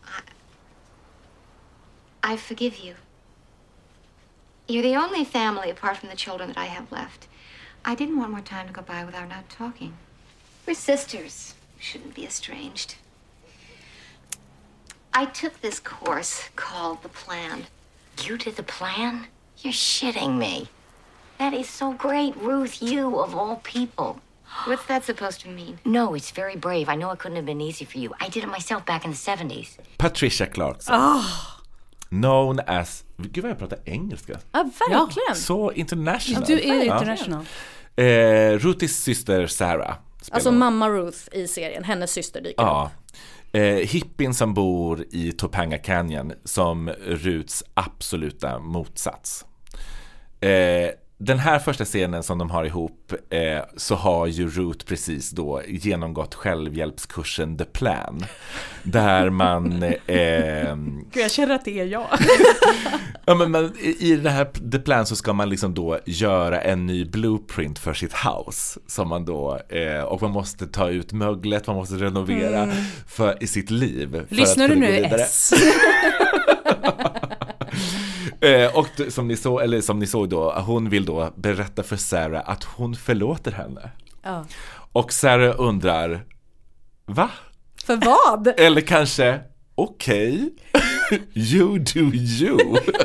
I, I forgive you. You're the only family, apart from the children, that I have left. I didn't want more time to go by without not talking. We're sisters. We shouldn't be estranged. I took this course called The Plan. You did The Plan? You're shitting me. That is so great, Ruth, you of all people. What's that supposed to mean? No, it's very brave. I know it couldn't have been easy for you. I did it myself back in the seventies. Patricia Clarkson. Oh. Known as... Gud vad jag pratar engelska. Ja, verkligen. Ja, så international. Du är international. Ja. Eh, Ruths syster Sarah. Alltså mamma Ruth i serien. Hennes syster dyker ja. upp. Eh, hippien som bor i Topanga Canyon som Ruths absoluta motsats. Eh, den här första scenen som de har ihop eh, så har ju Ruth precis då genomgått självhjälpskursen The Plan. Där man... Eh, Gud, jag känner att det är jag. ja, men, men i det här The Plan så ska man liksom då göra en ny blueprint för sitt house som man då, eh, och man måste ta ut möglet, man måste renovera mm. för, i sitt liv. För Lyssnar att du nu vidare. S? eh, och som ni, så, eller som ni såg då, hon vill då berätta för Sarah att hon förlåter henne. Ja. Och Sarah undrar, va? För vad? Eller kanske, okej, okay. You do you.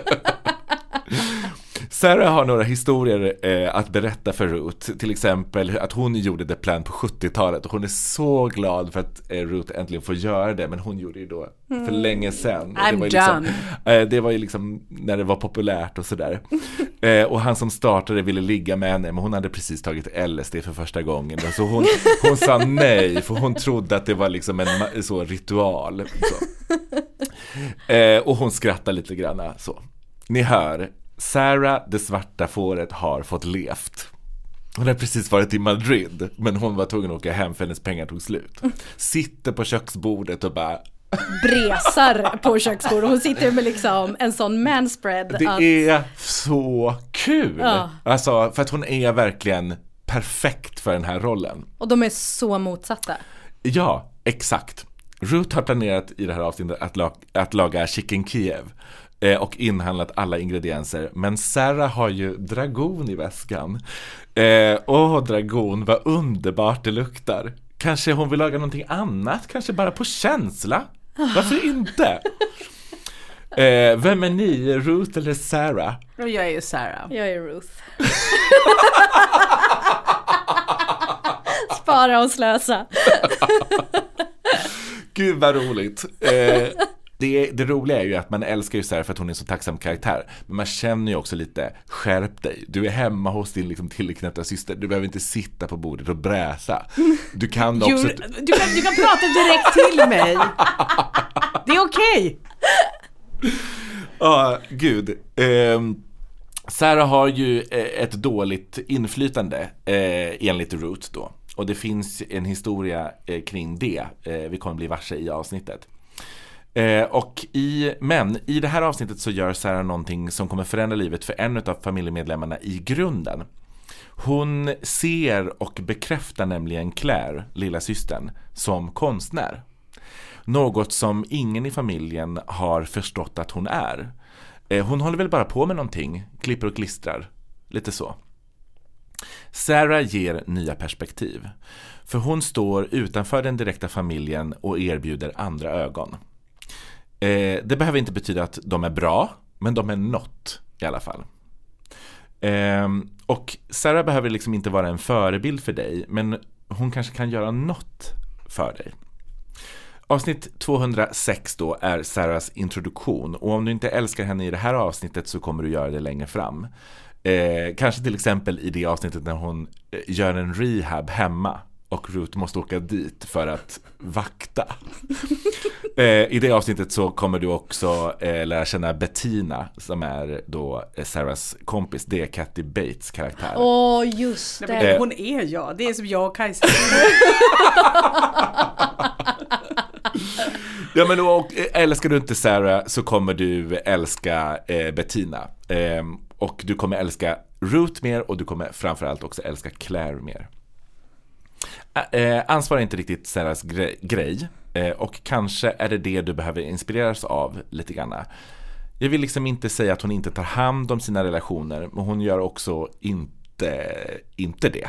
Sarah har några historier eh, att berätta för Ruth. Till exempel att hon gjorde The Plan på sjuttiotalet. Och hon är så glad för att eh, Ruth äntligen får göra det. Men hon gjorde det då för mm. länge sedan. I'm det var ju done. Liksom, eh, det var ju liksom när det var populärt och sådär. eh, och han som startade ville ligga med henne. Men hon hade precis tagit L S D för första gången. Så hon, hon sa nej. För hon trodde att det var liksom en så ritual. Så. Eh, och hon skrattade lite grann så. Ni hör, Sarah, det svarta fåret, har fått levt. Hon har precis varit i Madrid, men hon var tvungen att åka hem för hennes pengar tog slut. Sitter på köksbordet och bara... bresar på köksbordet. Hon sitter med liksom en sån manspread. Det att... är så kul. Ja. Alltså, för att hon är verkligen perfekt för den här rollen. Och de är så motsatta. Ja, exakt. Ruth har planerat i det här avsnittet att, lag- att laga chicken Kiev eh, och inhandlat alla ingredienser. Men Sarah har ju dragon i väskan. Eh, åh, dragon, vad underbart det luktar. Kanske hon vill laga någonting annat, kanske bara på känsla. Varför inte? Eh, vem är ni, Ruth eller Sarah? Jag är ju Sarah. Jag är Ruth. Spara och slösa. Gud vad roligt. Eh, det, det roliga är ju att man älskar ju Sarah för att hon är en så tacksam karaktär. Men man känner ju också lite, skärp dig. Du är hemma hos din liksom tillknäppta syster. Du behöver inte sitta på bordet och bräsa. Du kan också... Du, du, kan, du kan prata direkt till mig. Det är okej. Ja, oh, gud. Um, Sarah har ju ett dåligt inflytande eh, enligt Ruth då. Och det finns en historia eh, kring det. Eh, vi kommer bli varse i avsnittet. Eh, och i, men i det här avsnittet så gör Sarah någonting som kommer förändra livet för en av familjemedlemmarna i grunden. Hon ser och bekräftar nämligen Claire, lilla systern, som konstnär. Något som ingen i familjen har förstått att hon är. Eh, hon håller väl bara på med någonting, klipper och klistrar, lite så. Sarah ger nya perspektiv. För hon står utanför den direkta familjen och erbjuder andra ögon. Eh, det behöver inte betyda att de är bra, men de är något i alla fall. Eh, och Sarah behöver liksom inte vara en förebild för dig, men hon kanske kan göra något för dig. Avsnitt tvåhundrasex då är Sarahs introduktion, och om du inte älskar henne i det här avsnittet så kommer du göra det längre fram. Eh, kanske till exempel i det avsnittet när hon eh, gör en rehab hemma och Ruth måste åka dit för att vakta. eh, I det avsnittet så kommer du också eh, lära känna Bettina, som är då eh, Sarahs kompis. Det är Kathy Bates karaktär. Åh, oh, just det. Nej, men hon är jag. Det är som jag och Kajsa. Ja, men och, älskar du inte Sarah så kommer du älska eh, Bettina. Eh, och du kommer älska Ruth mer, och du kommer framförallt också älska Claire mer. Eh, ansvarar inte riktigt Sarahs gre- grej. Eh, och kanske är det det du behöver inspireras av lite grann. Jag vill liksom inte säga att hon inte tar hand om sina relationer, men hon gör också inte, inte det.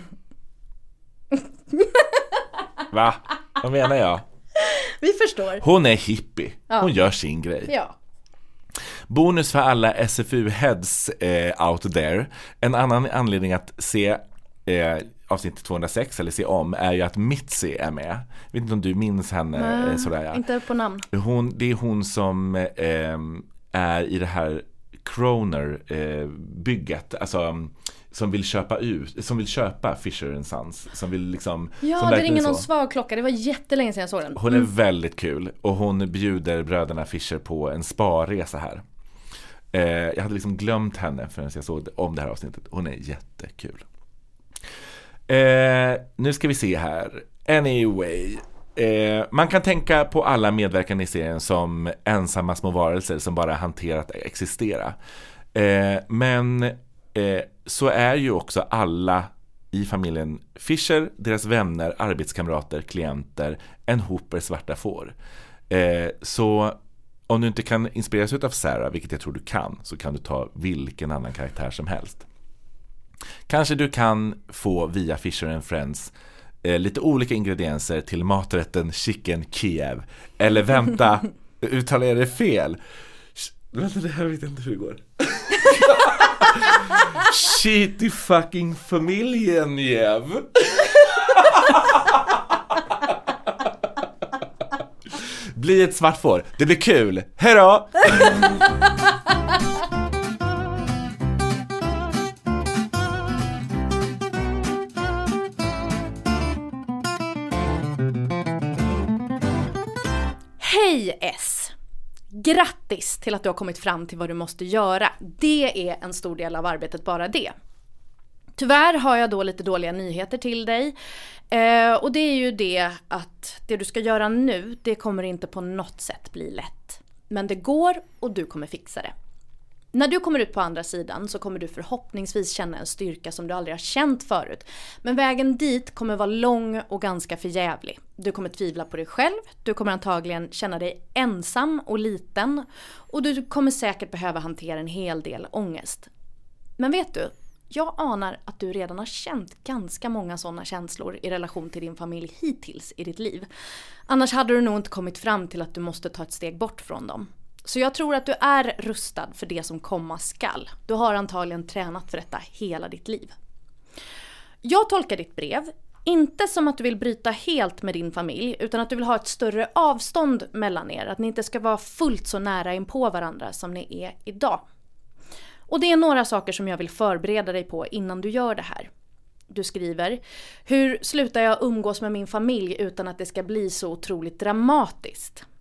Va? Vad menar jag? Vi förstår. Hon är hippie. Ja. Hon gör sin grej. Ja. Bonus för alla S F U-heads eh, out there. En annan anledning att se eh, avsnitt tvåhundrasex eller se om är ju att Mitzi är med. Jag vet inte om du minns henne. Nej, eh, sådär, ja. Inte på namn. Hon, det är hon som eh, är i det här Croner-bygget. Eh, alltså som vill köpa ut, som vill köpa Fisher and Sons, som vill liksom, ja, som det ringer så. någon svag klocka. Det var jättelänge sedan jag såg den. Hon är mm. väldigt kul, och hon bjuder bröderna Fisher på en sparresa här. Eh, jag hade liksom glömt henne förrän jag såg om det här avsnittet. Hon är jättekul. Eh, nu ska vi se här. Anyway, eh, man kan tänka på alla medverkande i serien som ensamma små varelser som bara hanterat att existera. Eh, men eh, så är ju också alla i familjen Fisher, deras vänner, arbetskamrater, klienter, en hoper svarta får. Eh, så om du inte kan inspireras av Sarah, vilket jag tror du kan, så kan du ta vilken annan karaktär som helst. Kanske du kan få via Fisher and Friends eh, lite olika ingredienser till maträtten Chicken Kiev. Eller vänta, uttalar jag det fel? Vänta, det här vet jag inte hur det går. Shit i fucking familjen, Jev. Bli ett svart får. Det blir kul. Hej då! Hej S! Grattis till att du har kommit fram till vad du måste göra. Det är en stor del av arbetet, bara det. Tyvärr har jag då lite dåliga nyheter till dig. Eh, och det är ju det att det du ska göra nu, det kommer inte på något sätt bli lätt. Men det går, och du kommer fixa det. När du kommer ut på andra sidan så kommer du förhoppningsvis känna en styrka som du aldrig har känt förut. Men vägen dit kommer vara lång och ganska förjävlig. Du kommer tvivla på dig själv, du kommer antagligen känna dig ensam och liten. Och du kommer säkert behöva hantera en hel del ångest. Men vet du, jag anar att du redan har känt ganska många sådana känslor i relation till din familj hittills i ditt liv. Annars hade du nog inte kommit fram till att du måste ta ett steg bort från dem. Så jag tror att du är rustad för det som komma skall. Du har antagligen tränat för detta hela ditt liv. Jag tolkar ditt brev inte som att du vill bryta helt med din familj, utan att du vill ha ett större avstånd mellan er. Att ni inte ska vara fullt så nära in på varandra som ni är idag. Och det är några saker som jag vill förbereda dig på innan du gör det här. Du skriver: hur slutar jag umgås med min familj utan att det ska bli så otroligt dramatiskt?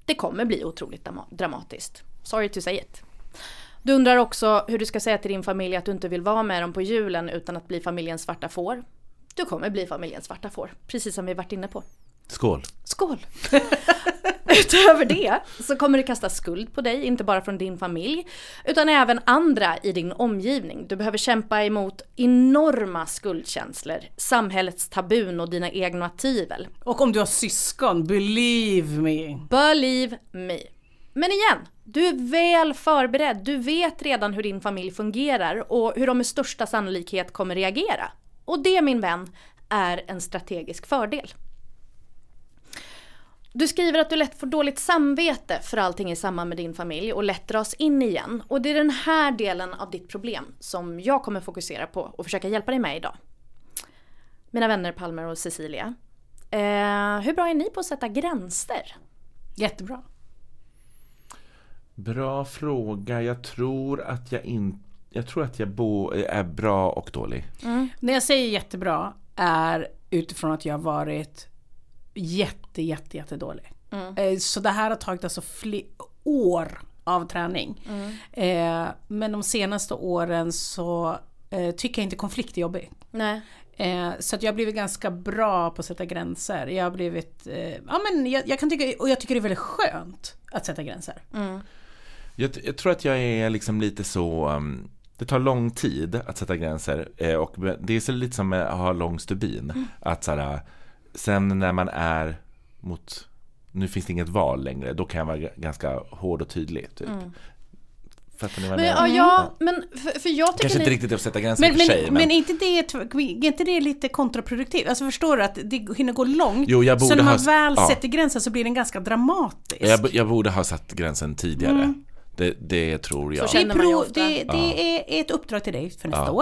Det kommer bli otroligt dramatiskt. Sorry to say it. Du undrar också hur du ska säga till din familj att du inte vill vara med dem på julen utan att bli familjens svarta får. Du kommer bli familjens svarta får, precis som vi varit inne på. Skål. Skål. Utöver det så kommer det kasta skuld på dig, inte bara från din familj, utan även andra i din omgivning. Du behöver kämpa emot enorma skuldkänslor, samhällets tabun och dina egna tvivel. Och om du har syskon, believe me. Believe me. Men igen, du är väl förberedd. Du vet redan hur din familj fungerar och hur de med största sannolikhet kommer reagera. Och det, min vän, är en strategisk fördel. Du skriver att du lätt får dåligt samvete för allting i samband med din familj och lätt dras in igen. Och det är den här delen av ditt problem som jag kommer fokusera på och försöka hjälpa dig med idag. Mina vänner Palmer och Cecilia, eh, hur bra är ni på att sätta gränser? Jättebra. Bra fråga. Jag tror att jag inte Jag tror att jag bo, är bra och dålig. Mm. När jag säger jättebra är utifrån att jag har varit jätte, jätte, jätte dålig. Mm. Så det här har tagit alltså fler år av träning. Mm. Eh, men de senaste åren så eh, tycker jag inte konflikt är jobbig. Nej. Eh, så att jag har blivit ganska bra på att sätta gränser. Jag har blivit, eh, ja men jag, jag kan tycka, och jag tycker det är väldigt skönt att sätta gränser. Mm. Jag, jag tror att jag är liksom lite så... Um, det tar lång tid att sätta gränser eh, och det är så lite som att ha lång stubin. Mm. Att såhär, sen när man är mot... Nu finns det inget val längre. Då kan jag vara ganska hård och tydlig. Typ. Mm. Fattar ni vad jag menar? Men, ja, ja, men för, för jag tycker kanske ni... inte riktigt att sätta gränser men, för men, sig. Men, men inte det, är inte det lite kontraproduktivt? Alltså förstår du att det hinner gå långt? Jo, jag borde så när man ha, väl ja. sätter gränsen så blir den ganska dramatisk. Jag, jag borde ha satt gränsen tidigare. Mm. Det, det tror jag. Så känner man ju ofta. Det, det ja. är ett uppdrag till dig för nästa ja. år.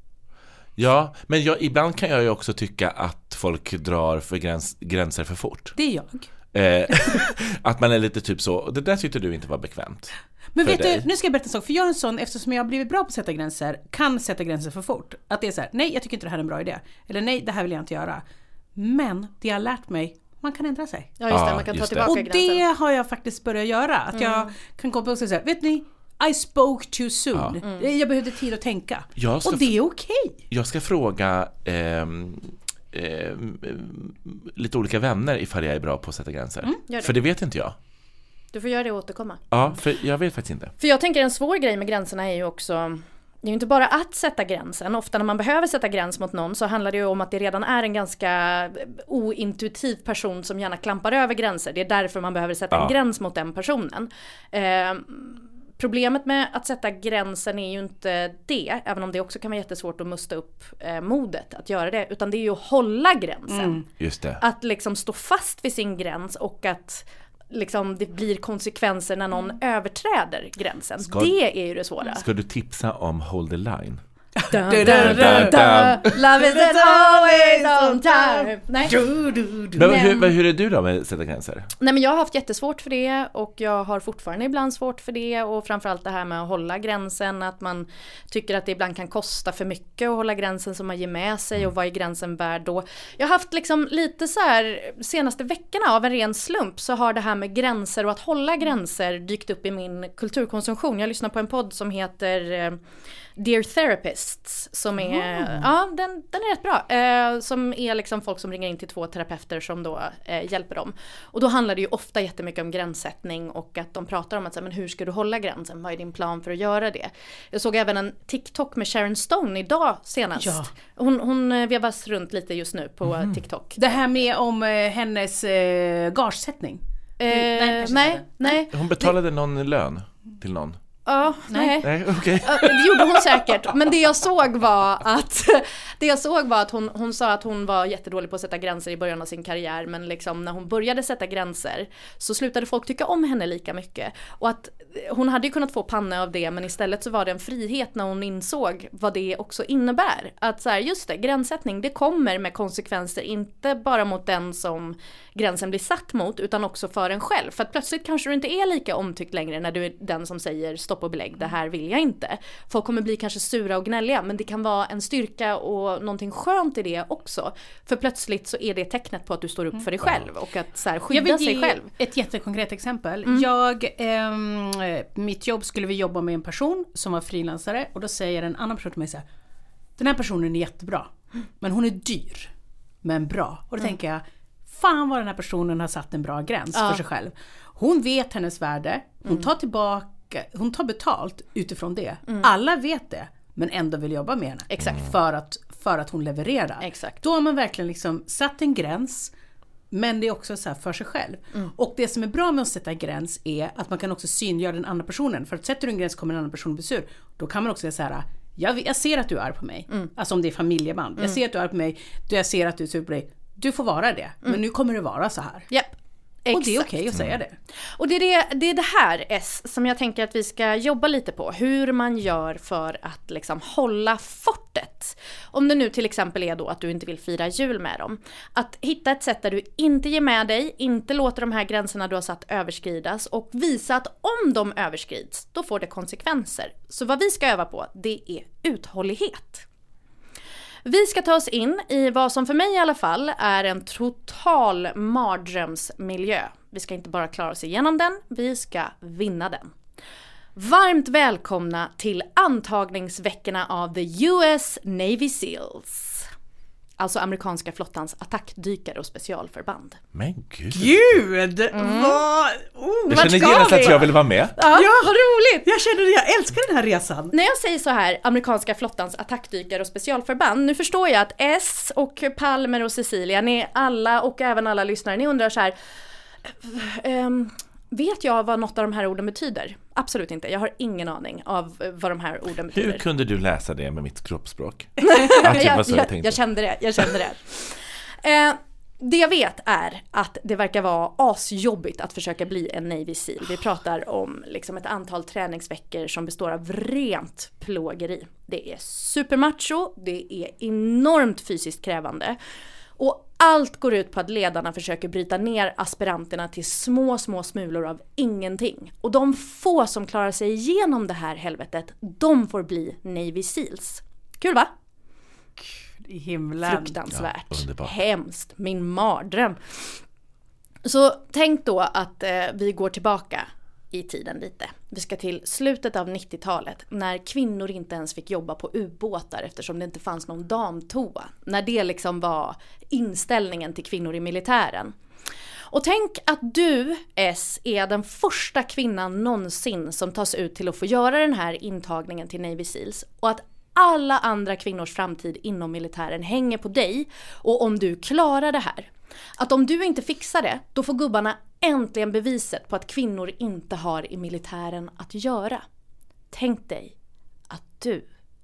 Ja, men jag, ibland kan jag ju också tycka att folk drar för gräns, gränser för fort. Det är jag. Eh, att man är lite typ så. Det där tyckte du inte var bekvämt. Men vet dig. du, nu ska jag berätta en sak. För jag är en sån, eftersom jag har blivit bra på att sätta gränser, kan sätta gränser för fort. Att det är så här, nej jag tycker inte det här är en bra idé. Eller nej, det här vill jag inte göra. Men det jag har lärt mig, man kan ändra sig. Ja just det, man kan ta tillbaka gränsen. Och det har jag faktiskt börjat göra. Att mm. jag kan komma och säga, vet ni, I spoke too soon. Ja. Mm. Jag behövde tid att tänka. Och det är okej. Okay. Jag ska fråga eh, eh, lite olika vänner ifall jag är bra på att sätta gränser. Mm, det. För det vet inte jag. Du får göra det och återkomma. Ja, för jag vet faktiskt inte. För jag tänker en svår grej med gränserna är ju också... Det är ju inte bara att sätta gränsen. Ofta när man behöver sätta gräns mot någon så handlar det ju om att det redan är en ganska ointuitiv person som gärna klampar över gränser. Det är därför man behöver sätta ja. en gräns mot den personen. Eh, problemet med att sätta gränsen är ju inte det, även om det också kan vara jättesvårt att musta upp eh, modet att göra det. Utan det är ju att hålla gränsen. Mm. Just det. Att liksom stå fast vid sin gräns och att... liksom det blir konsekvenser när någon mm. överträder gränsen. Ska, det är ju det svåra. Ska du tipsa om Hold the Line? Dun, dun, dun, dun, dun. Love is always on time. Nej. Du, du, du. Men hur, hur är du då med att sätta gränser? Nej, men jag har haft jättesvårt för det och jag har fortfarande ibland svårt för det och framförallt det här med att hålla gränsen, att man tycker att det ibland kan kosta för mycket att hålla gränsen som man ger med sig och vad är gränsen värd då. Jag har haft liksom lite så här senaste veckorna av en ren slump så har det här med gränser och att hålla gränser dykt upp i min kulturkonsumtion. Jag lyssnar på en podd som heter Dear Therapists som är, mm. ja den, den är rätt bra, eh, som är liksom folk som ringer in till två terapeuter som då eh, hjälper dem. Och då handlar det ju ofta jättemycket om gränssättning och att de pratar om att så här, men hur ska du hålla gränsen, vad är din plan för att göra det? Jag såg även en TikTok med Sharon Stone idag senast. Ja. Hon, hon vevas runt lite just nu på mm. TikTok. Det här med om eh, hennes eh, gagesättning. Eh, nej, nej, nej. Hon betalade någon lön till någon. Ja, nej. nej okay. Det gjorde hon säkert. Men det jag såg var att det jag såg var att hon, hon sa att hon var jättedålig på att sätta gränser i början av sin karriär. Men liksom när hon började sätta gränser så slutade folk tycka om henne lika mycket. Och att hon hade ju kunnat få panna av det, men istället så var det en frihet när hon insåg vad det också innebär. Att så här, just det, gränssättning, det kommer med konsekvenser, inte bara mot den som gränsen blir satt mot, utan också för en själv. För att plötsligt kanske du inte är lika omtyckt längre när du är den som säger stopp stopp och belägg, det här vill jag inte. Folk kommer bli kanske sura och gnälliga, men det kan vara en styrka och någonting skönt i det också. För plötsligt så är det tecknet på att du står upp för dig själv och att så här, skydda jag vill sig ge själv. Ett jättekonkret exempel. Mm. Jag, ehm, mitt jobb skulle vi jobba med en person som var frilansare, och då säger en annan person till mig så här: den här personen är jättebra, men hon är dyr, men bra. Och då mm. tänker jag, fan vad den här personen har satt en bra gräns ja. för sig själv. Hon vet hennes värde, hon mm. tar tillbaka, hon tar betalt utifrån det. Mm. Alla vet det, men ändå vill jobba med henne. Exakt. För att, för att hon levererar. Exakt. Då har man verkligen liksom satt en gräns, men det är också så här för sig själv. Mm. Och det som är bra med att sätta en gräns är att man kan också synliggöra den andra personen. För att sätter du en gräns kommer en annan person bli sur. Då kan man också säga så här: jag, jag ser att du är arg på mig. Mm. Alltså om det är familjeband. Mm. Jag ser att du är arg på mig, jag ser att du är sur på dig. Du får vara det, men mm. nu kommer det vara så här. Yep. Och det är okej okay att säga det. Och det är det, det är det här S som jag tänker att vi ska jobba lite på. Hur man gör för att liksom hålla fortet. Om det nu till exempel är då att du inte vill fira jul med dem. Att hitta ett sätt där du inte ger med dig, inte låter de här gränserna du har satt överskridas, och visa att om de överskrids, då får det konsekvenser. Så vad vi ska öva på, det är uthållighet. Vi ska ta oss in i vad som för mig i alla fall är en total mardrömsmiljö. Vi ska inte bara klara oss igenom den, vi ska vinna den. Varmt välkomna till antagningsveckorna av the U S Navy Seals. Alltså amerikanska flottans attackdykare och specialförband. Men gud! Gud! Mm. Vad... Oh, jag känner genast att jag vill vara med. Ja, ja, vad roligt! Jag känner det, jag älskar den här resan. När jag säger så här, amerikanska flottans attackdykare och specialförband, nu förstår jag att S och Palmer och Cecilia, ni alla och även alla lyssnare, ni undrar så här... Um, vet jag vad något av de här orden betyder? Absolut inte. Jag har ingen aning av vad de här orden betyder. Hur kunde du läsa det med mitt kroppsspråk? jag, jag, jag, jag kände det. Jag kände det. Eh, det jag vet är att det verkar vara asjobbigt att försöka bli en Navy Seal. Vi pratar om liksom ett antal träningsveckor som består av rent plågeri. Det är supermacho. Det är enormt fysiskt krävande. Och allt går ut på att ledarna försöker bryta ner aspiranterna till små, små smulor av ingenting. Och de få som klarar sig igenom det här helvetet, de får bli Navy Seals. Kul va? I himlen. Fruktansvärt. Ja, underbart. Hemskt. Min mardröm. Så tänk då att eh, vi går tillbaka i tiden lite. Vi ska till slutet av nittiotalet när kvinnor inte ens fick jobba på ubåtar eftersom det inte fanns någon damtoa. När det liksom var inställningen till kvinnor i militären. Och tänk att du, S, är den första kvinnan någonsin som tas ut till att få göra den här intagningen till Navy Seals. Och att alla andra kvinnors framtid inom militären hänger på dig. Och om du klarar det här. Att om du inte fixar det, då får gubbarna äntligen beviset på att kvinnor inte har i militären att göra. Tänk dig att du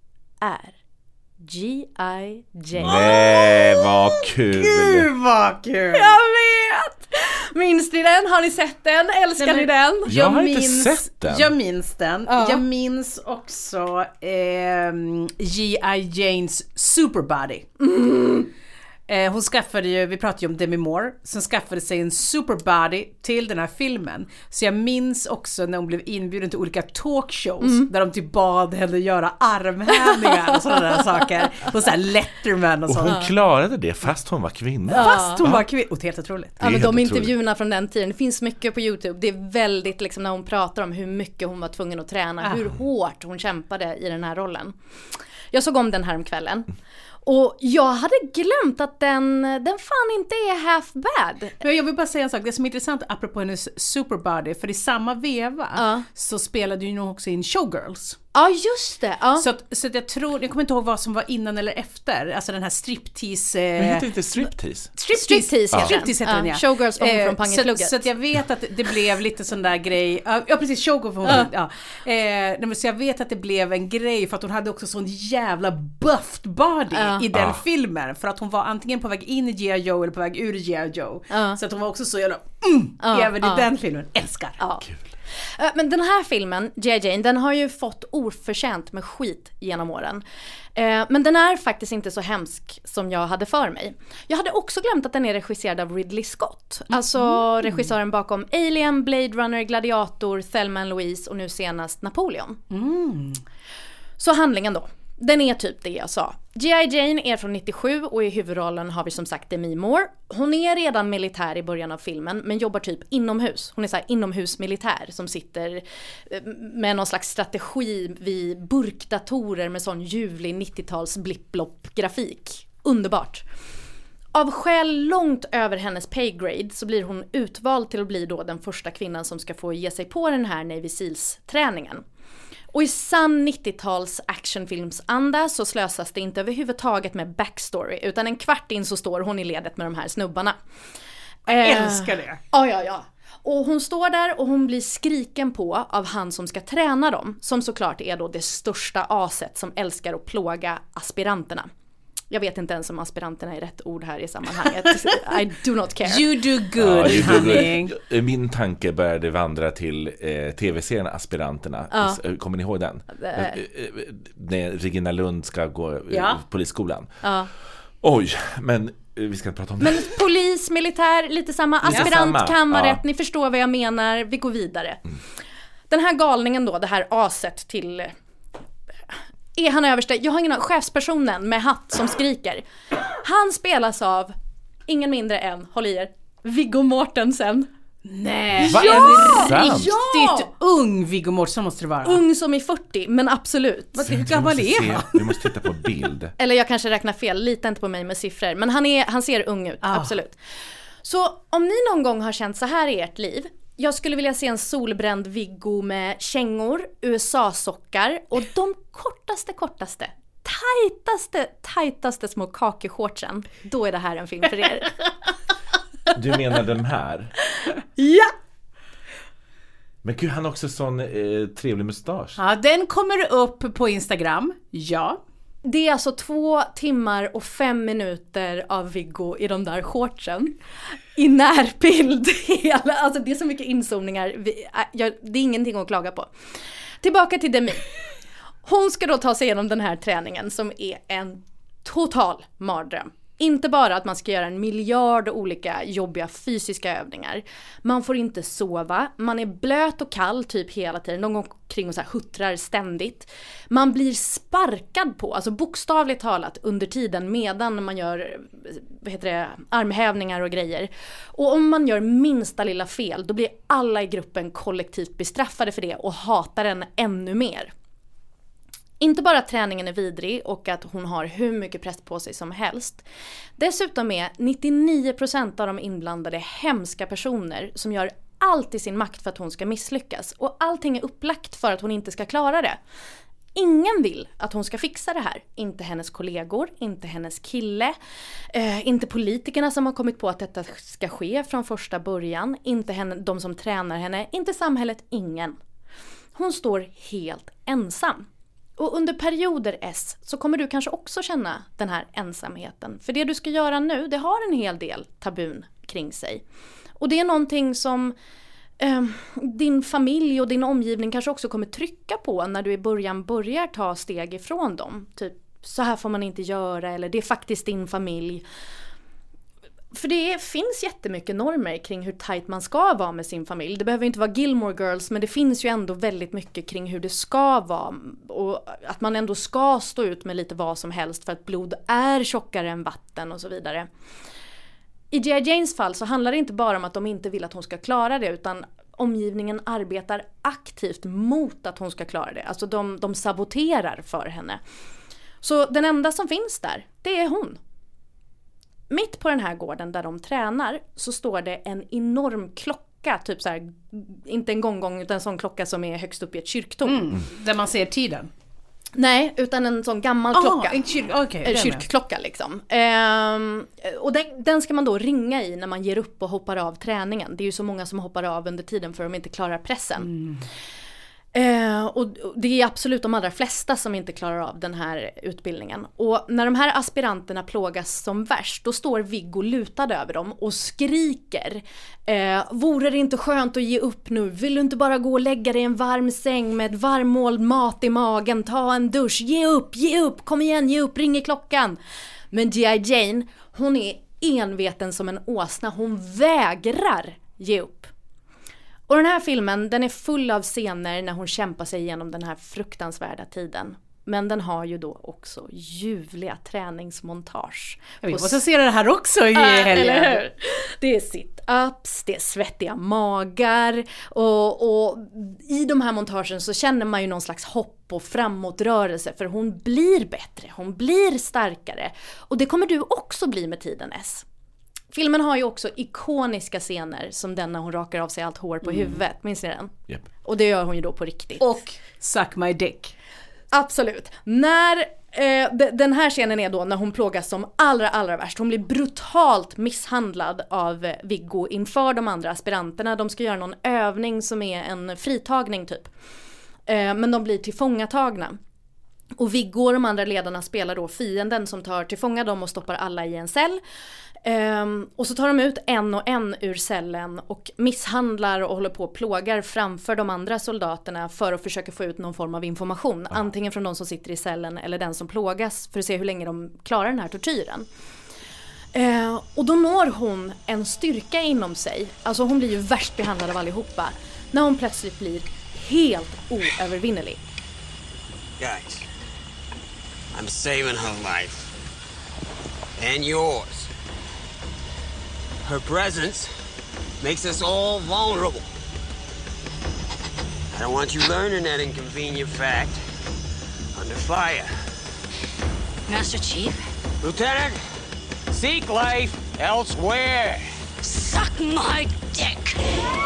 är G I Jane. Nej, vad kul! Gud, vad kul! Jag vet! Minns ni den? Har ni sett den? Älskar den är... ni den? Jag, jag har minns, inte sett den. Jag minns den. Ja. Jag minns också eh, G I Janes Superbody. Mm. Eh, hon skaffade ju, vi pratade ju om Demi Moore, som skaffade sig en superbody till den här filmen. Så jag minns också när hon blev inbjuden till olika talkshows mm. där de typ bad henne göra armhävningar och sådana där saker. Och så här Letterman och, och sånt. hon klarade det fast hon var kvinna. Ja. Fast hon ja. var kvinna. Och det är helt otroligt. Ja, men de otroligt. intervjuerna från den tiden, det finns mycket på YouTube. Det är väldigt liksom när hon pratar om hur mycket hon var tvungen att träna, ah. hur hårt hon kämpade i den här rollen. Jag såg om den här om kvällen. Och jag hade glömt att den, den fan inte är half bad. Men jag vill bara säga en sak. Det som är intressant apropå hennes superbody, för i samma veva uh. så spelade ju nog också in Showgirls. Ja, just det. Ja. Så, att, så att jag tror, jag kommer inte ihåg vad som var innan eller efter. Alltså den här striptease... Eh... Men heter det inte striptease? Striptease, striptease, ja. striptease heter ja. den, ja. Showgirls var hon eh, från Pangeplugget. Så, så att jag vet att det blev lite sån där grej... Ja, precis, Showgirls var hon. Uh. Ja. Eh, så jag vet att det blev en grej för att hon hade också sån jävla buffed body uh. i den uh. filmen. För att hon var antingen på väg in i G I Joe eller på väg ur G I Joe. Uh. Så att hon var också så jävla... Mm, uh. även uh. i den filmen. Älskar. Uh. Kul. Men den här filmen, G I. Jane, den har ju fått oförtjänt med skit genom åren. Men den är faktiskt inte så hemsk som jag hade för mig. Jag hade också glömt att den är regisserad av Ridley Scott. Alltså mm. regissören bakom Alien, Blade Runner, Gladiator, Thelma and Louise och nu senast Napoleon. Mm. Så handlingen då. Den är typ det jag sa. G I. Jane är från nittiosju och i huvudrollen har vi som sagt Demi Moore. Hon är redan militär i början av filmen men jobbar typ inomhus. Hon är så här inomhusmilitär som sitter med någon slags strategi vid burkdatorer med sån ljuvlig nittio-tals blipp-blopp-grafik. Underbart. Av skäl långt över hennes paygrade så blir hon utvald till att bli då den första kvinnan som ska få ge sig på den här Navy Seals-träningen. Och i sann nittio-tals actionfilmsanda så slösas det inte överhuvudtaget med backstory utan en kvart in så står hon i ledet med de här snubbarna. Jag älskar det. Ja, ja, ja. Och hon står där och hon blir skriken på av han som ska träna dem, som såklart är då det största aset som älskar att plåga aspiranterna. Jag vet inte ens om aspiranterna är rätt ord här i sammanhanget. I do not care. You do good, ja, honey. Min tanke började vandra till eh, tv-serien Aspiranterna. Ja. Kommer ni ihåg den? Äh. När Regina Lund ska gå ja. eh, polisskolan. Ja. Oj, men vi ska prata om det. Men polis, militär, lite samma. Aspirant, kammarrätt, ja. Ni förstår vad jag menar. Vi går vidare. Mm. Den här galningen då, det här aset till... Är han överste? Jag har ingen chefspersonen med hatt som skriker. Han spelas av ingen mindre än, håll i er, Viggo Mortensen. Nej, ja! En riktigt ja! ung Viggo Mortensen måste det vara. Ung som i fyrtio, men absolut. Vad gammal är han? Vi måste titta på bild. Eller jag kanske räknar fel, lita inte på mig med siffror. Men han, är, han ser ung ut, ah. absolut. Så om ni någon gång har känt så här i ert liv, jag skulle vilja se en solbränd Viggo med kängor, U S A-sockar och de kortaste, kortaste, tajtaste, tajtaste små kakeshortsen. Då är det här en film för er. Du menar den här? Ja! Men gud, han har också sån eh, trevlig mustasch. Ja, den kommer upp på Instagram, ja. Det är alltså två timmar och fem minuter av Viggo i de där shortsen. I närbild. Hela, alltså det är så mycket inzoomningar. Vi, jag, det är ingenting att klaga på. Tillbaka till Demi. Hon ska då ta sig igenom den här träningen som är en total mardröm. Inte bara att man ska göra en miljard olika jobbiga fysiska övningar. Man får inte sova. Man är blöt och kall typ hela tiden. Någon gång kring och så här huttrar ständigt. Man blir sparkad på, alltså bokstavligt talat under tiden medan man gör vad heter det, armhävningar och grejer. Och om man gör minsta lilla fel då blir alla i gruppen kollektivt bestraffade för det och hatar den ännu mer. Inte bara att träningen är vidrig och att hon har hur mycket press på sig som helst. Dessutom är nittionio procent av de inblandade hemska personer som gör allt i sin makt för att hon ska misslyckas. Och allting är upplagt för att hon inte ska klara det. Ingen vill att hon ska fixa det här. Inte hennes kollegor, inte hennes kille, eh, inte politikerna som har kommit på att detta ska ske från första början. Inte henne, de som tränar henne, inte samhället, ingen. Hon står helt ensam. Och under perioder S så kommer du kanske också känna den här ensamheten. För det du ska göra nu, det har en hel del tabun kring sig. Och det är någonting som eh, din familj och din omgivning kanske också kommer trycka på när du i början börjar ta steg ifrån dem. Typ, så här får man inte göra, eller det är faktiskt din familj. För det finns jättemycket normer kring hur tajt man ska vara med sin familj. Det behöver inte vara Gilmore Girls, men det finns ju ändå väldigt mycket kring hur det ska vara. Och att man ändå ska stå ut med lite vad som helst för att blod är tjockare än vatten och så vidare. I G I. Janes fall så handlar det inte bara om att de inte vill att hon ska klara det, utan omgivningen arbetar aktivt mot att hon ska klara det. Alltså de, de saboterar för henne. Så den enda som finns där, det är hon. Mitt på den här gården där de tränar så står det en enorm klocka, typ så här, inte en gånggång utan en sån klocka som är högst upp i ett kyrktorn. Mm, där man ser tiden? Nej, utan en sån gammal ah, klocka. En kyr- okay, en kyrkklocka liksom. Ehm, och den, den ska man då ringa i när man ger upp och hoppar av träningen. Det är ju så många som hoppar av under tiden för att de inte klarar pressen. Mm. Eh, och det är absolut de allra flesta som inte klarar av den här utbildningen. Och när de här aspiranterna plågas som värst, då står Viggo lutad över dem och skriker. Eh, vore det inte skönt att ge upp nu? Vill du inte bara gå och lägga dig i en varm säng med ett varmmåld mat i magen? Ta en dusch, ge upp, ge upp, kom igen, ge upp, ringer klockan. Men G I Jane, hon är enveten som en åsna, hon vägrar ge upp. Och den här filmen, den är full av scener när hon kämpar sig igenom den här fruktansvärda tiden. Men den har ju då också ljuvliga träningsmontage. Jag vet, och så ser det här också i äh, helgen. Eller hur? Det är sit-ups, det är svettiga magar. Och, och i de här montagen så känner man ju någon slags hopp och framåtrörelse. För hon blir bättre, hon blir starkare. Och det kommer du också bli med tiden, S. Filmen har ju också ikoniska scener som den när hon rakar av sig allt hår på mm. huvudet. Minns ni den? Yep. Och det gör hon ju då på riktigt. Och Suck My Dick. Absolut. När eh, d- den här scenen är då när hon plågas som allra allra värst. Hon blir brutalt misshandlad av eh, Viggo inför de andra aspiranterna. De ska göra någon övning som är en fritagning typ. Eh, men de blir tillfångatagna. Och Viggo och de andra ledarna spelar då fienden som tar tillfånga dem och stoppar alla i en cell. Um, och så tar de ut en och en ur cellen och misshandlar och håller på och plågar framför de andra soldaterna för att försöka få ut någon form av information. Ja. Antingen från de som sitter i cellen eller den som plågas för att se hur länge de klarar den här tortyren. Uh, och då når hon en styrka inom sig. Alltså hon blir ju värst behandlad av allihopa. När hon plötsligt blir helt oövervinnerlig. Guys, I'm saving her life. And yours. Her presence makes us all vulnerable. I don't want you learning that inconvenient fact under fire. Master Chief? Lieutenant, seek life elsewhere. Suck my dick!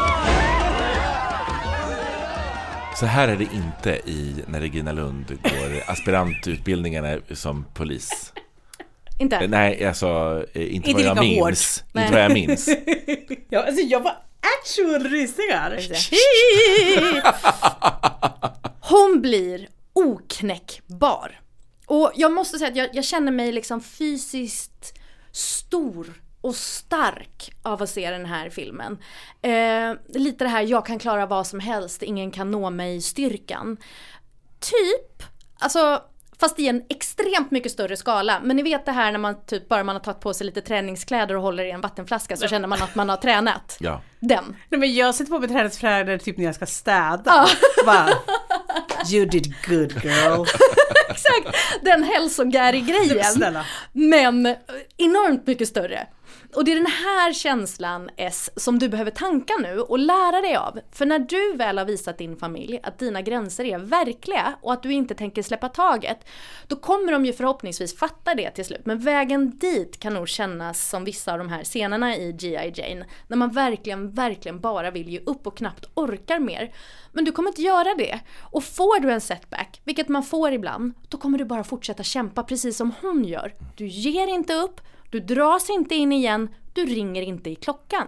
Så här är det inte i när Regina Lund går aspirantutbildningarna som polis. Inte? Nej, alltså inte, Inte vad jag lika minns. Hårt. Inte vad jag minns. Ja, alltså jag var actual rysningar. Hon blir oknäckbar. Och jag måste säga att jag, jag känner mig liksom fysiskt stor och stark av att se den här filmen. Eh, lite det här, jag kan klara vad som helst, ingen kan nå mig styrkan. Typ, alltså... Fast i en extremt mycket större skala. Men ni vet det här när man typ bara man har tagit på sig lite träningskläder och håller i en vattenflaska så känner man att man har tränat. Ja. Den. Nej, men jag sätter på mig träningskläder typ när jag ska städa. Ja. Bara, you did good girl. Exakt. Den hälsogäri-grejen. Snälla. Men enormt mycket större. Och det är den här känslan, S, som du behöver tanka nu och lära dig av. För när du väl har visat din familj att dina gränser är verkliga och att du inte tänker släppa taget, då kommer de ju förhoppningsvis fatta det till slut. Men vägen dit kan nog kännas som vissa av de här scenerna i G I Jane. När man verkligen, verkligen bara vill ge upp och knappt orkar mer. Men du kommer inte göra det. Och får du en setback, vilket man får ibland, då kommer du bara fortsätta kämpa precis som hon gör. Du ger inte upp. Du dras inte in igen, du ringer inte i klockan.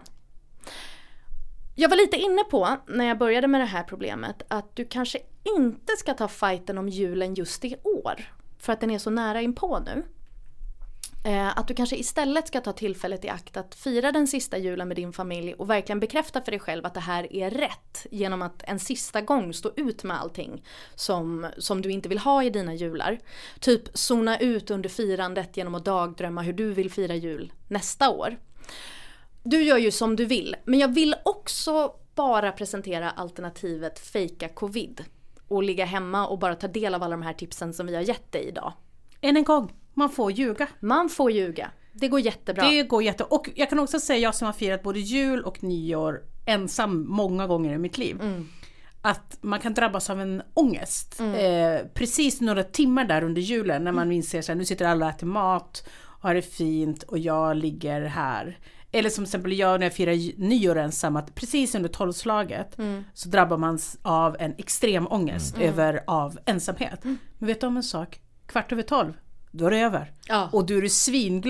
Jag var lite inne på, när jag började med det här problemet, att du kanske inte ska ta fighten om julen just i år. För att den är så nära inpå nu. Eh, att du kanske istället ska ta tillfället i akt att fira den sista julen med din familj och verkligen bekräfta för dig själv att det här är rätt. Genom att en sista gång stå ut med allting som, som du inte vill ha i dina jular. Typ zona ut under firandet genom att dagdrömma hur du vill fira jul nästa år. Du gör ju som du vill, men jag vill också bara presentera alternativet fejka covid. Och ligga hemma och bara ta del av alla de här tipsen som vi har gett dig idag. Än en gång. Man får ljuga. Man får ljuga. Det går jättebra. Det går jätte. Och jag kan också säga, jag som har firat både jul och nyår ensam många gånger i mitt liv. Mm. Att man kan drabbas av en ångest. Mm. Eh, precis några timmar där under julen när man mm. inser så här, nu sitter alla och äter mat och har det fint och jag ligger här. Eller som exempel jag när jag firar nyår ensam, att precis under tolvslaget mm. så drabbar man av en extrem ångest mm. över av ensamhet. Mm. Men vet du om en sak? Kvart över tolv. Då är det över. Ja. Och du är svinglad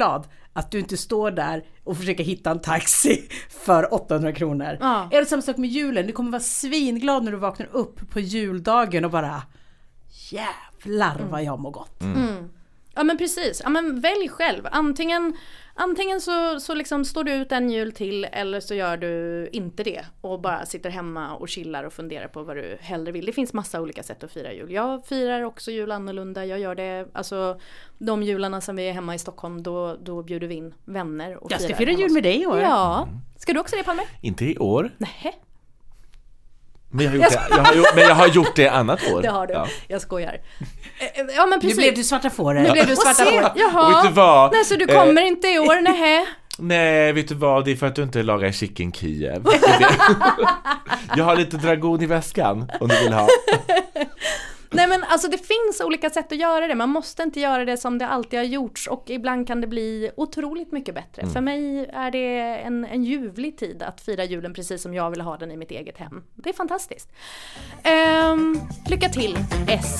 att du inte står där och försöker hitta en taxi för åttahundra kronor. Ja. Är det samma sak med julen? Du kommer vara svinglad när du vaknar upp på juldagen och bara jävlar vad jag mår gott. Mm. Mm. Ja men precis, ja, men välj själv. Antingen, antingen så, så liksom står du ut en jul till eller så gör du inte det och bara sitter hemma och chillar och funderar på vad du hellre vill. Det finns massa olika sätt att fira jul. Jag firar också jul annorlunda. Jag gör det, alltså de jularna som vi är hemma i Stockholm, då, då bjuder vi in vänner och Jag ska firar fira hemma jul oss. med dig i år. Ja, ska du också det, Palme? Inte i år. Nej. Men jag har gjort det, jag har gjort, men jag har gjort det annat år. Det har du, Ja. jag skojar. Ja men precis. Nu blev du svarta fåret. Nu blev du svarta se. får. Jaha. Och vet du vad? Nej, så du kommer eh, inte i år, nej. Nej, vet du vad? Det är för att du inte lagar chicken Kiev. Jag har lite dragon i väskan om du vill ha. Nej men alltså det finns olika sätt att göra det. Man måste inte göra det som det alltid har gjorts. Och ibland kan det bli otroligt mycket bättre. Mm. För mig är det en, en ljuvlig tid att fira julen precis som jag vill ha den i mitt eget hem. Det är fantastiskt. Um, lycka till, S.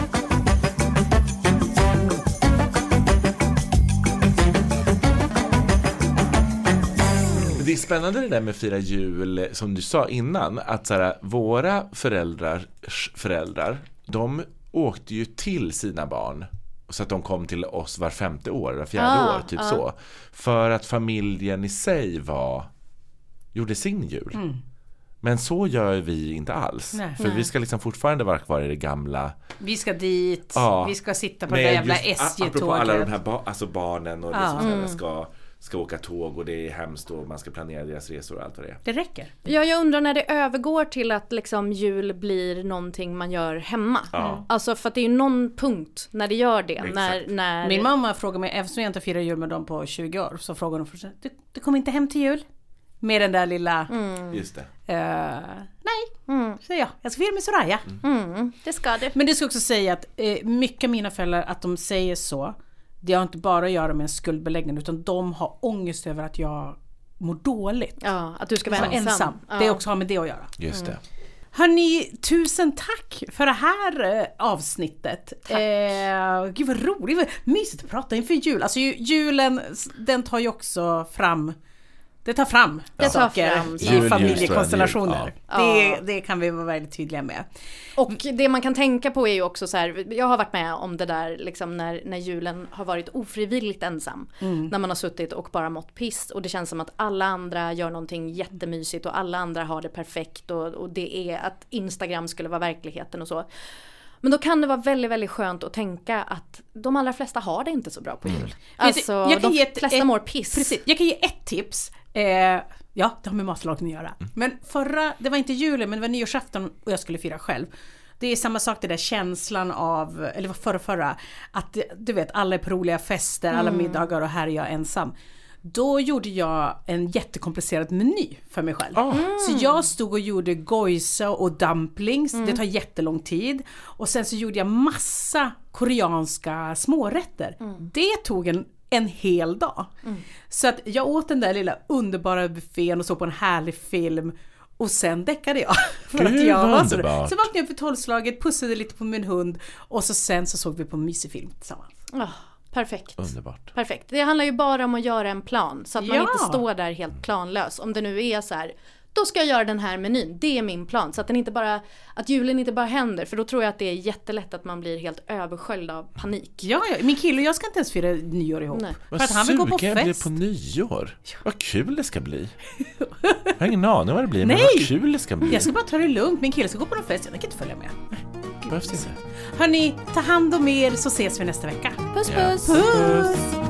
Det är spännande det där med fira jul, som du sa innan, att så här, våra föräldrars föräldrar, de åkte ju till sina barn så att de kom till oss var femte år, var fjärde ah, år, typ ah. så. För att familjen i sig var, gjorde sin jul. Mm. Men så gör vi inte alls. Nej, för nej. Vi ska liksom fortfarande vara kvar i det gamla. Vi ska dit, ja, vi ska sitta på det jävla S J-tåget. Apropå alla de här ba- alltså barnen och ja. liksom mm. ska... ska åka tåg och det är hemskt och man ska planera deras resor och allt vad det är. Det räcker. Ja, jag undrar när det övergår till att liksom jul blir någonting man gör hemma. Ja. Alltså för att det är ju någon punkt när det gör det. När, när... Min mamma frågar mig, eftersom jag inte firar jul med dem på tjugo år, så frågar hon för du, du kommer inte hem till jul? Med den där lilla... Mm. Just det. Uh, nej, mm. säger jag. Jag ska fira med Soraya. Mm. Mm. Det ska det. Men det ska också säga att eh, mycket av mina föräldrar, att de säger så, det har inte bara att göra med en skuldbeläggning, utan de har ångest över att jag mår dåligt. Ja, att du ska vara ensam. ensam. Ja. Det också har med det att göra. Just det. Mm. Hörrni, tusen tack för det här eh, avsnittet. Tack. Eh, gud vad roligt, mysigt att prata inför jul. Alltså julen, den tar ju också fram, det tar fram det saker tar fram, i jul, familjekonstellationer. Ja. Det, det kan vi vara väldigt tydliga med. Och det man kan tänka på är ju också så här, jag har varit med om det där liksom när, när julen har varit ofrivilligt ensam. Mm. När man har suttit och bara mått piss och det känns som att alla andra gör någonting jättemysigt och alla andra har det perfekt och, och det är att Instagram skulle vara verkligheten och så. Men då kan det vara väldigt, väldigt skönt att tänka att de allra flesta har det inte så bra på jul. Mm. Alltså, jag kan de ge ett, flesta ett, mår piss. Precis. Jag kan ge ett tips. Eh, ja, det har med matlagning att göra. Mm. Men förra, det var inte julen, men det var nyårsafton och jag skulle fira själv. Det är samma sak, det där känslan av, eller vad förra, förra, att du vet, alla är på roliga fester, alla mm. middagar och här är jag ensam. Då gjorde jag en jättekomplicerad meny för mig själv. Mm. Så jag stod och gjorde gojsa och dumplings. Mm. Det tar jättelång tid. Och sen så gjorde jag massa koreanska smårätter. Mm. Det tog en, en hel dag. Mm. Så att jag åt den där lilla underbara buffén och såg på en härlig film. Och sen däckade jag. För Gud, att jag var så, så vaknade jag för tolvslaget, pussade lite på min hund. Och så sen så såg vi på en mysig film tillsammans. Oh. Perfekt. Underbart. Perfekt. Det handlar ju bara om att göra en plan så att man ja. inte står där helt planlös. Om det nu är så här, då ska jag göra den här menyn. Det är min plan. Så att den inte bara, att julen inte bara händer. För då tror jag att det är jättelätt att man blir helt översköljd av panik. Ja, ja. Min kille och jag ska inte ens fira nyår ihop. Nej. För att han vill gå på jag fest. blir på nyår. Ja. Vad kul det ska bli. Jag har ingen aning vad det blir, Nej. men vad kul det ska bli. Jag ska bara ta det lugnt. Min kille ska gå på någon fest. Jag kan inte följa med. Behövs inte. Hörrni, ta hand om er så ses vi nästa vecka. Puss, puss. Ja. Puss.